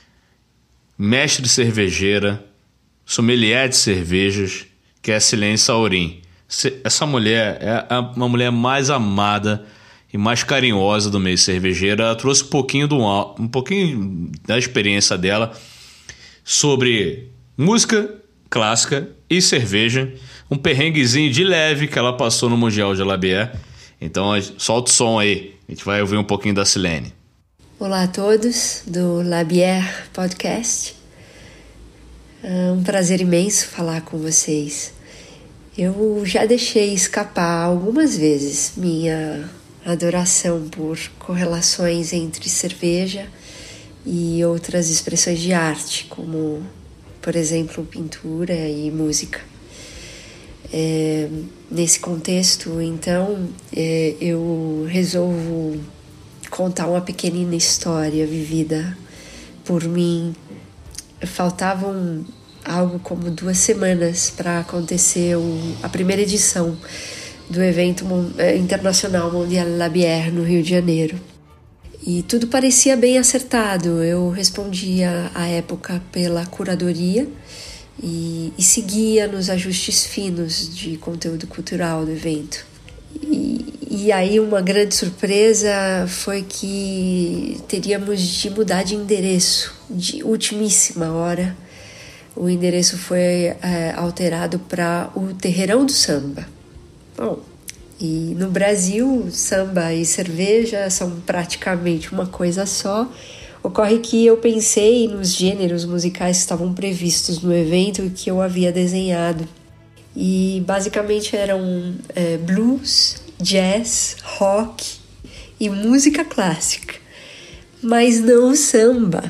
mestre cervejeira, sommelier de cervejas, que é a Silene Saurim. Essa mulher é a mulher mais amada e mais carinhosa do meio cervejeiro. Ela trouxe um pouquinho, do, um pouquinho da experiência dela sobre música clássica e cerveja. Um perrenguezinho de leve que ela passou no Mundial de Labier. Então solta o som aí, a gente vai ouvir um pouquinho da Silene. Olá a todos do Labier Podcast. É um prazer imenso falar com vocês. Eu já deixei escapar algumas vezes minha adoração por correlações entre cerveja e outras expressões de arte, como, por exemplo, pintura e música. É, nesse contexto, então, é, eu resolvo contar uma pequenina história vivida por mim. Faltavam algo como duas semanas para acontecer o, a primeira edição do evento internacional Mondial Labier no Rio de Janeiro. E tudo parecia bem acertado. Eu respondia à época pela curadoria e, e seguia nos ajustes finos de conteúdo cultural do evento. E, e aí uma grande surpresa foi que teríamos de mudar de endereço de ultimíssima hora. O endereço foi é, alterado para o Terreirão do Samba. Bom, e no Brasil, samba e cerveja são praticamente uma coisa só. Ocorre que eu pensei nos gêneros musicais que estavam previstos no evento e que eu havia desenhado. E basicamente eram é, blues, jazz, rock e música clássica, mas não samba.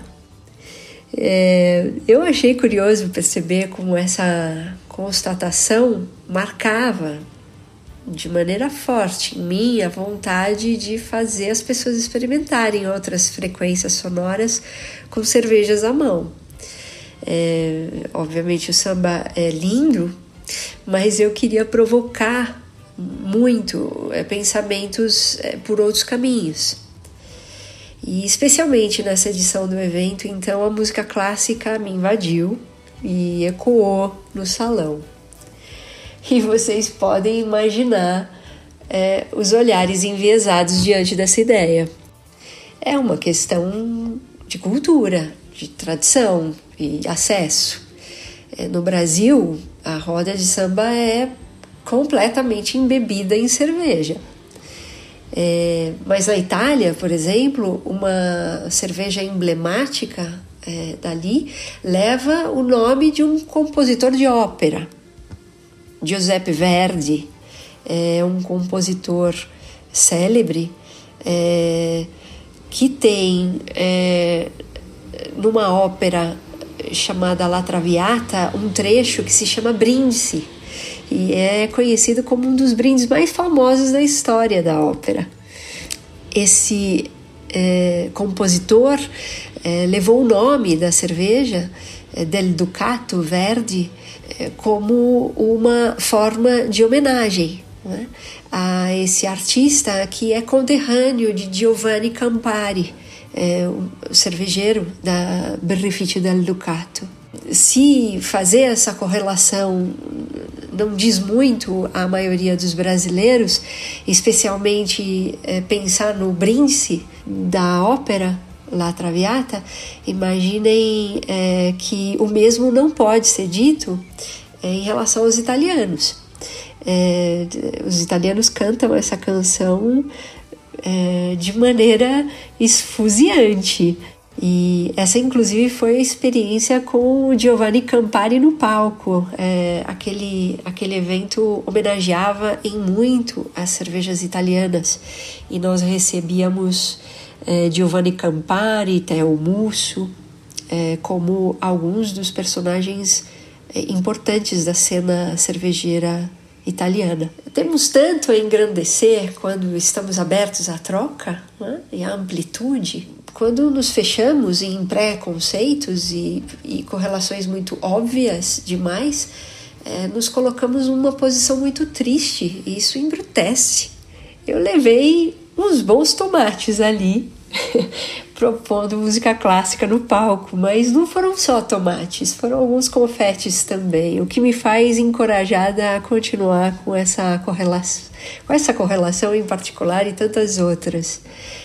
É, eu achei curioso perceber como essa constatação marcava de maneira forte em mim a vontade de fazer as pessoas experimentarem outras frequências sonoras com cervejas à mão. É, obviamente o samba é lindo, mas eu queria provocar muito é, pensamentos é, por outros caminhos. E especialmente nessa edição do evento, então, a música clássica me invadiu e ecoou no salão. E vocês podem imaginar é, os olhares enviesados diante dessa ideia. É uma questão de cultura, de tradição e acesso. É, no Brasil, a roda de samba é completamente embebida em cerveja. É, mas na Itália, por exemplo, uma cerveja emblemática é, dali, leva o nome de um compositor de ópera, Giuseppe Verdi, é um compositor célebre, é, que tem é, numa ópera chamada La Traviata um trecho que se chama Brindisi, e é conhecido como um dos brindes mais famosos da história da ópera. Esse é, compositor é, levou o nome da cerveja, é, del Ducato Verdi, é, como uma forma de homenagem, né, a esse artista que é conterrâneo de Giovanni Campari, é, o cervejeiro da Birrificio del Ducato. Se fazer essa correlação não diz muito à maioria dos brasileiros, especialmente é, pensar no Brindisi da ópera La Traviata, imaginem é, que o mesmo não pode ser dito é, em relação aos italianos. É, os italianos cantam essa canção é, de maneira esfuziante. E essa, inclusive, foi a experiência com o Giovanni Campari no palco. É, aquele, aquele evento homenageava em muito as cervejas italianas. E nós recebíamos é, Giovanni Campari, Theo Musso, é, como alguns dos personagens é, importantes da cena cervejeira italiana. Temos tanto a engrandecer quando estamos abertos à troca, né, e à amplitude. Quando nos fechamos em pré-conceitos e, e correlações muito óbvias demais, é, nos colocamos numa posição muito triste, e isso embrutece. Eu levei uns bons tomates ali, propondo música clássica no palco, mas não foram só tomates, foram alguns confetes também, o que me faz encorajada a continuar com essa correlação, com essa correlação em particular e tantas outras.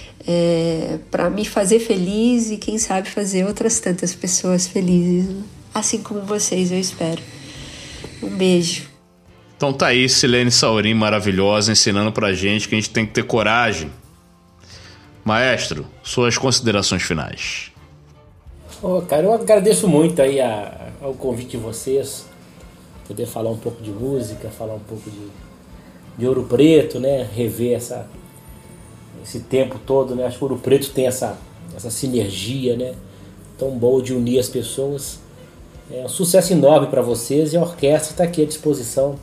É, para me fazer feliz e quem sabe fazer outras tantas pessoas felizes, assim como vocês, eu espero. Um beijo. Então tá aí, Silene Saurim, maravilhosa, ensinando pra gente que a gente tem que ter coragem. Maestro, suas considerações finais. Oh, cara, eu agradeço muito aí a, ao convite de vocês, poder falar um pouco de música, falar um pouco de, de Ouro Preto, né, rever essa esse tempo todo, né? Acho que o Ouro Preto tem essa, essa sinergia, né, tão boa de unir as pessoas. É um sucesso enorme para vocês e a orquestra está aqui à disposição.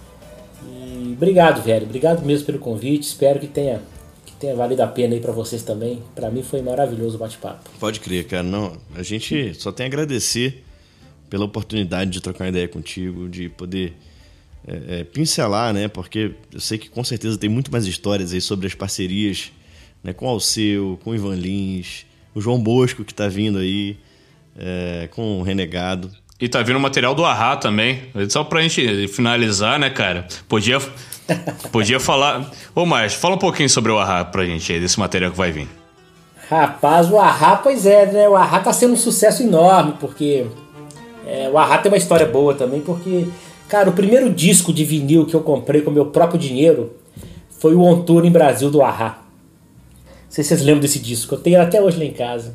E obrigado, velho. Obrigado mesmo pelo convite. Espero que tenha, que tenha valido a pena aí para vocês também. Para mim foi maravilhoso o bate-papo. Pode crer, cara. Não, a gente só tem a agradecer pela oportunidade de trocar uma ideia contigo, de poder É, é, pincelar, né? Porque eu sei que com certeza tem muito mais histórias aí sobre as parcerias, né, com o Alceu, com o Ivan Lins, o João Bosco que tá vindo aí, é, com o Renegado. E tá vindo o material do Ahá também. Só pra gente finalizar, né, cara? Podia, podia falar... Ô, Maestro, fala um pouquinho sobre o Ahá pra gente aí, desse material que vai vir. Rapaz, o Ahá, pois é, né? O Ahá tá sendo um sucesso enorme, porque é, o Ahá tem uma história boa também, porque... Cara, o primeiro disco de vinil que eu comprei com meu próprio dinheiro foi o On Tour em Brasil do Ahá. Não sei se vocês lembram desse disco, eu tenho até hoje lá em casa.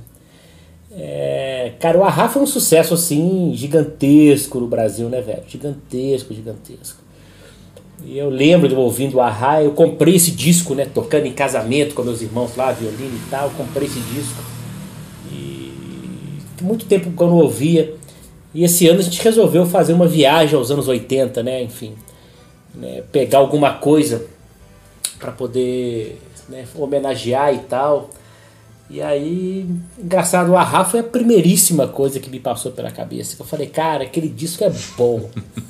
É, cara, o Ahá foi um sucesso assim gigantesco no Brasil, né, velho? Gigantesco, gigantesco. E eu lembro de eu ouvindo o Ahá, eu comprei esse disco, né, tocando em casamento com meus irmãos lá, violino e tal, eu comprei esse disco. E muito tempo que eu não ouvia. E esse ano a gente resolveu fazer uma viagem aos anos oitenta, né? Enfim, né? Pegar alguma coisa para poder, né, homenagear e tal. E aí, engraçado, o Ahá foi a primeiríssima coisa que me passou pela cabeça. Eu falei, cara, aquele disco é bom.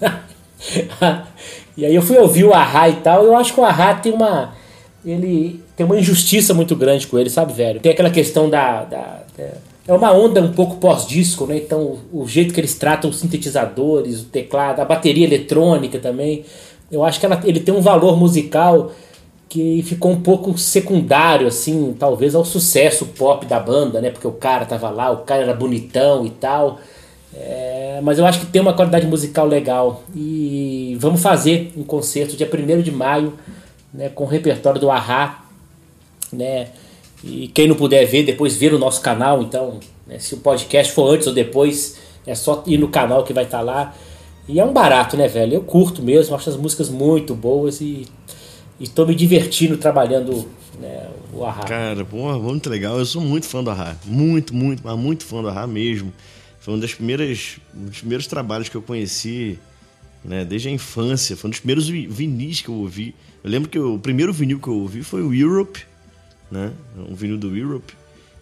E aí eu fui ouvir o Ahá e tal. Eu acho que o Ahá tem uma... Ele tem uma injustiça muito grande com ele, sabe, velho? Tem aquela questão da... da, da é uma onda um pouco pós-disco, né? Então o, o jeito que eles tratam os sintetizadores, o teclado, a bateria eletrônica também, eu acho que ela, ele tem um valor musical que ficou um pouco secundário, assim, talvez ao sucesso pop da banda, né? Porque o cara tava lá, o cara era bonitão e tal. É, mas eu acho que tem uma qualidade musical legal. E vamos fazer um concerto dia primeiro de maio, né, com o repertório do Ahá, né? E quem não puder ver, depois ver o nosso canal. Então, né, se o podcast for antes ou depois, é só ir no canal que vai estar lá. E é um barato, né, velho? Eu curto mesmo, acho as músicas muito boas e estou me divertindo trabalhando, né, o A-ha. Cara, pô, muito legal. Eu sou muito fã do A-ha. Muito, muito, mas muito fã do A-ha mesmo. Foi um das primeiras, um dos primeiros trabalhos que eu conheci, né, desde a infância. Foi um dos primeiros vinis que eu ouvi. Eu lembro que eu, o primeiro vinil que eu ouvi foi o Europe, né? Um vinil do Europe.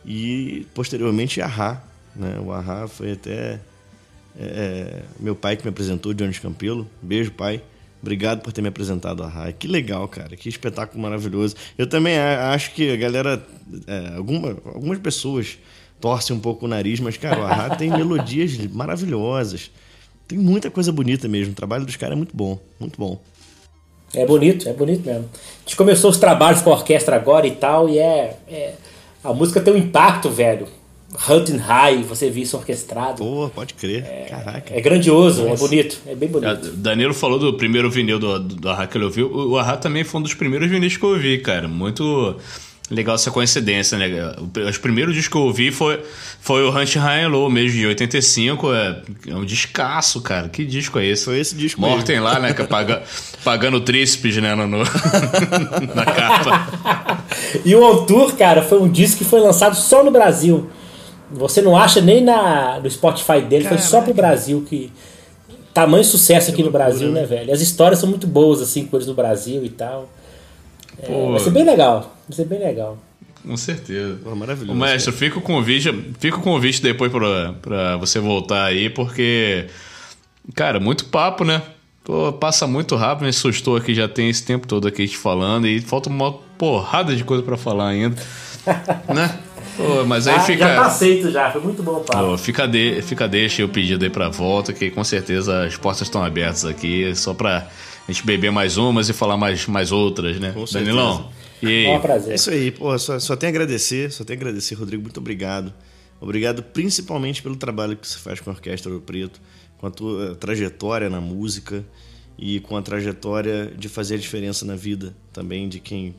E posteriormente A-ha, né? O A-ha foi até é, meu pai que me apresentou, Jones Campelo. Beijo, pai. Obrigado por ter me apresentado a A-ha. Que legal, cara. Que espetáculo maravilhoso. Eu também acho que a galera, é, alguma, algumas pessoas torcem um pouco o nariz, mas, cara, o A-ha tem melodias maravilhosas. Tem muita coisa bonita mesmo. O trabalho dos caras é muito bom, muito bom. É bonito, é bonito mesmo. A gente começou os trabalhos com a orquestra agora e tal, e é... é a música tem um impacto, velho. Hunting High, você viu isso orquestrado. Pô, pode crer. É, Caraca. É grandioso, Nossa. É bonito, é bem bonito. É, Danilo falou do primeiro vinil do, do, do A-ha que ele ouviu. O A-ha também foi um dos primeiros vinis que eu ouvi, cara. Muito legal essa coincidência, né? Os primeiros discos que eu ouvi foi, foi o Hunting High and Low, mesmo de oitenta e cinco. É, é um discaço, cara. Que disco é esse? Foi esse disco Mortem mesmo. Lá, né? Paga, pagando tríceps, né? No, no, na capa. E o On Tour, cara, foi um disco que foi lançado só no Brasil. Você não acha nem na, no Spotify dele. Caraca. Foi só pro Brasil. Que tamanho sucesso aqui no Brasil, né, velho? As histórias são muito boas, assim, com eles no Brasil e tal. É, vai ser bem legal. Vai ser bem legal. Com certeza. Pô, maravilhoso. Ô, mestre, fica o convite, fica o convite depois pra, pra você voltar aí, porque, cara, muito papo, né? Pô, passa muito rápido, me assustou aqui, já tem esse tempo todo aqui te falando e falta uma porrada de coisa pra falar ainda. Né? Pô, mas aí ah, fica... Já tá aceito já, foi muito bom o papo. Pô, fica, de, fica deixa o pedido aí pra volta, que com certeza as portas estão abertas aqui, só pra a gente beber mais umas e falar mais, mais outras, né? Com certeza. Danilão? E aí? É um prazer. É isso aí, pô, só, só tenho a agradecer, só tenho a agradecer, Rodrigo, muito obrigado. Obrigado principalmente pelo trabalho que você faz com a Orquestra Ouro Preto, com a tua trajetória na música e com a trajetória de fazer a diferença na vida também de quem,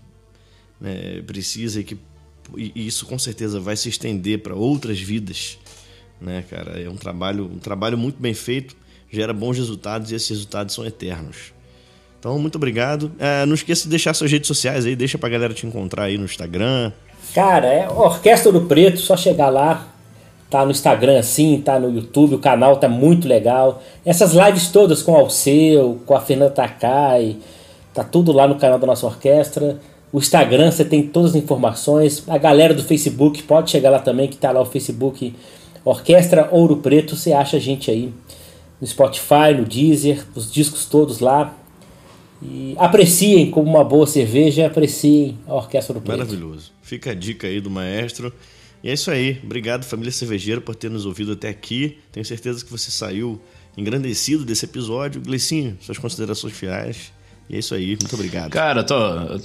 né, precisa e que e isso com certeza vai se estender para outras vidas, né, cara? É um trabalho, um trabalho muito bem feito, gera bons resultados e esses resultados são eternos. Então, muito obrigado. É, não esqueça de deixar suas redes sociais aí, deixa pra galera te encontrar aí no Instagram. Cara, é Orquestra Ouro Preto, só chegar lá. Tá no Instagram assim, tá no YouTube, o canal tá muito legal. Essas lives todas com o Alceu, com a Fernanda Takai, tá tudo lá no canal da nossa orquestra. O Instagram, você tem todas as informações. A galera do Facebook pode chegar lá também, que tá lá o Facebook Orquestra Ouro Preto. Você acha a gente aí no Spotify, no Deezer, os discos todos lá. E apreciem como uma boa cerveja, apreciem a Orquestra Ouro Preto. Maravilhoso. Fica a dica aí do maestro. E é isso aí. Obrigado, família cervejeira, por ter nos ouvido até aqui. Tenho certeza que você saiu engrandecido desse episódio. Gleicinho, suas considerações finais. E é isso aí, muito obrigado. Cara, tô...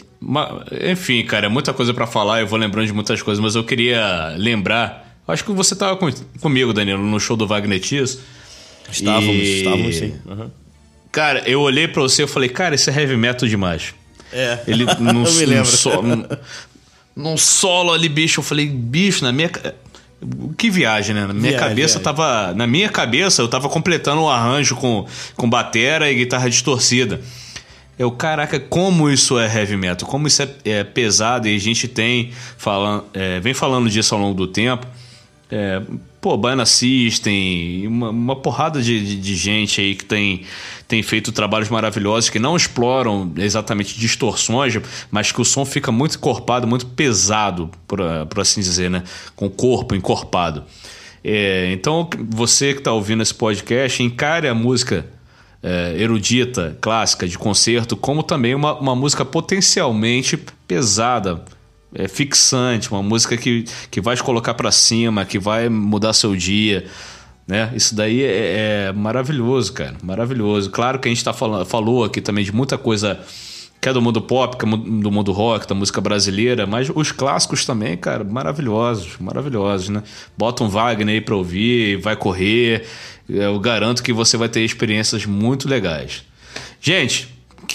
enfim, cara, é muita coisa pra falar, eu vou lembrando de muitas coisas, mas eu queria lembrar, acho que você tava com... comigo, Danilo, no show do Wagner Tiso. Estávamos, e... estávamos sim. Uhum. Cara, eu olhei pra você e falei, cara, isso é heavy metal demais. É, ele num, eu me lembro. Num solo, num, num solo ali, bicho, eu falei, bicho, na minha... Que viagem, né? Na minha viagem, cabeça viagem. tava... Na minha cabeça eu tava completando o arranjo com, com batera e guitarra distorcida. Eu, caraca, como isso é heavy metal, como isso é, é pesado, e a gente tem falando, é, vem falando disso ao longo do tempo. É, pô, Baiana System, uma, uma porrada de, de, de gente aí que tem, tem feito trabalhos maravilhosos que não exploram exatamente distorções, mas que o som fica muito encorpado, muito pesado, por, por assim dizer, né? Com o corpo encorpado. É, então, você que está ouvindo esse podcast, encare a música É, erudita, clássica, de concerto, como também uma, uma música potencialmente pesada, é, fixante, uma música que, que vai te colocar para cima, que vai mudar seu dia, né? Isso daí é, é maravilhoso, cara, maravilhoso. Claro que a gente tá falando, falou aqui também de muita coisa que é do mundo pop, que é do mundo rock, da música brasileira, mas os clássicos também, cara, maravilhosos, maravilhosos, né? Bota um Wagner aí pra ouvir, vai correr, eu garanto que você vai ter experiências muito legais. Gente,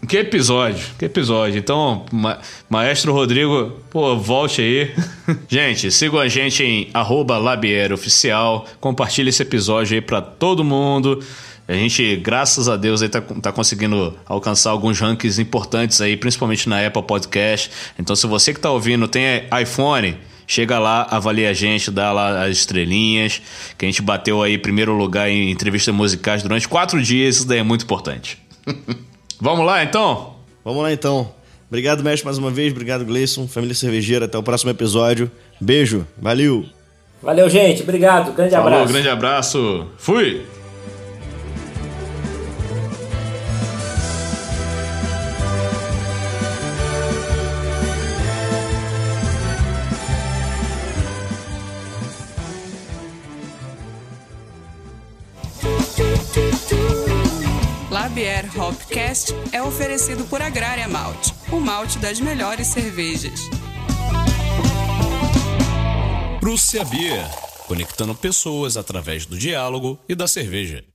Que episódio, que episódio. Então, Ma- Maestro Rodrigo, pô, volte aí. Gente, sigam a gente em arroba Labier Oficial. Compartilhe esse episódio aí pra todo mundo. A gente, graças a Deus, aí tá, tá conseguindo alcançar alguns rankings importantes aí, principalmente na Apple Podcast. Então, se você que tá ouvindo tem iPhone, chega lá, avalia a gente, dá lá as estrelinhas, que a gente bateu aí primeiro lugar em entrevistas musicais durante quatro dias. Isso daí é muito importante. Vamos lá, então? Vamos lá, então. Obrigado, mestre, mais uma vez. Obrigado, Gleison. Família Cervejeira. Até o próximo episódio. Beijo. Valeu. Valeu, gente. Obrigado. Grande Falou, abraço. grande abraço. Fui! Labier Hopcast é oferecido por Agrária Malte, o malte das melhores cervejas. Prússia Beer, conectando pessoas através do diálogo e da cerveja.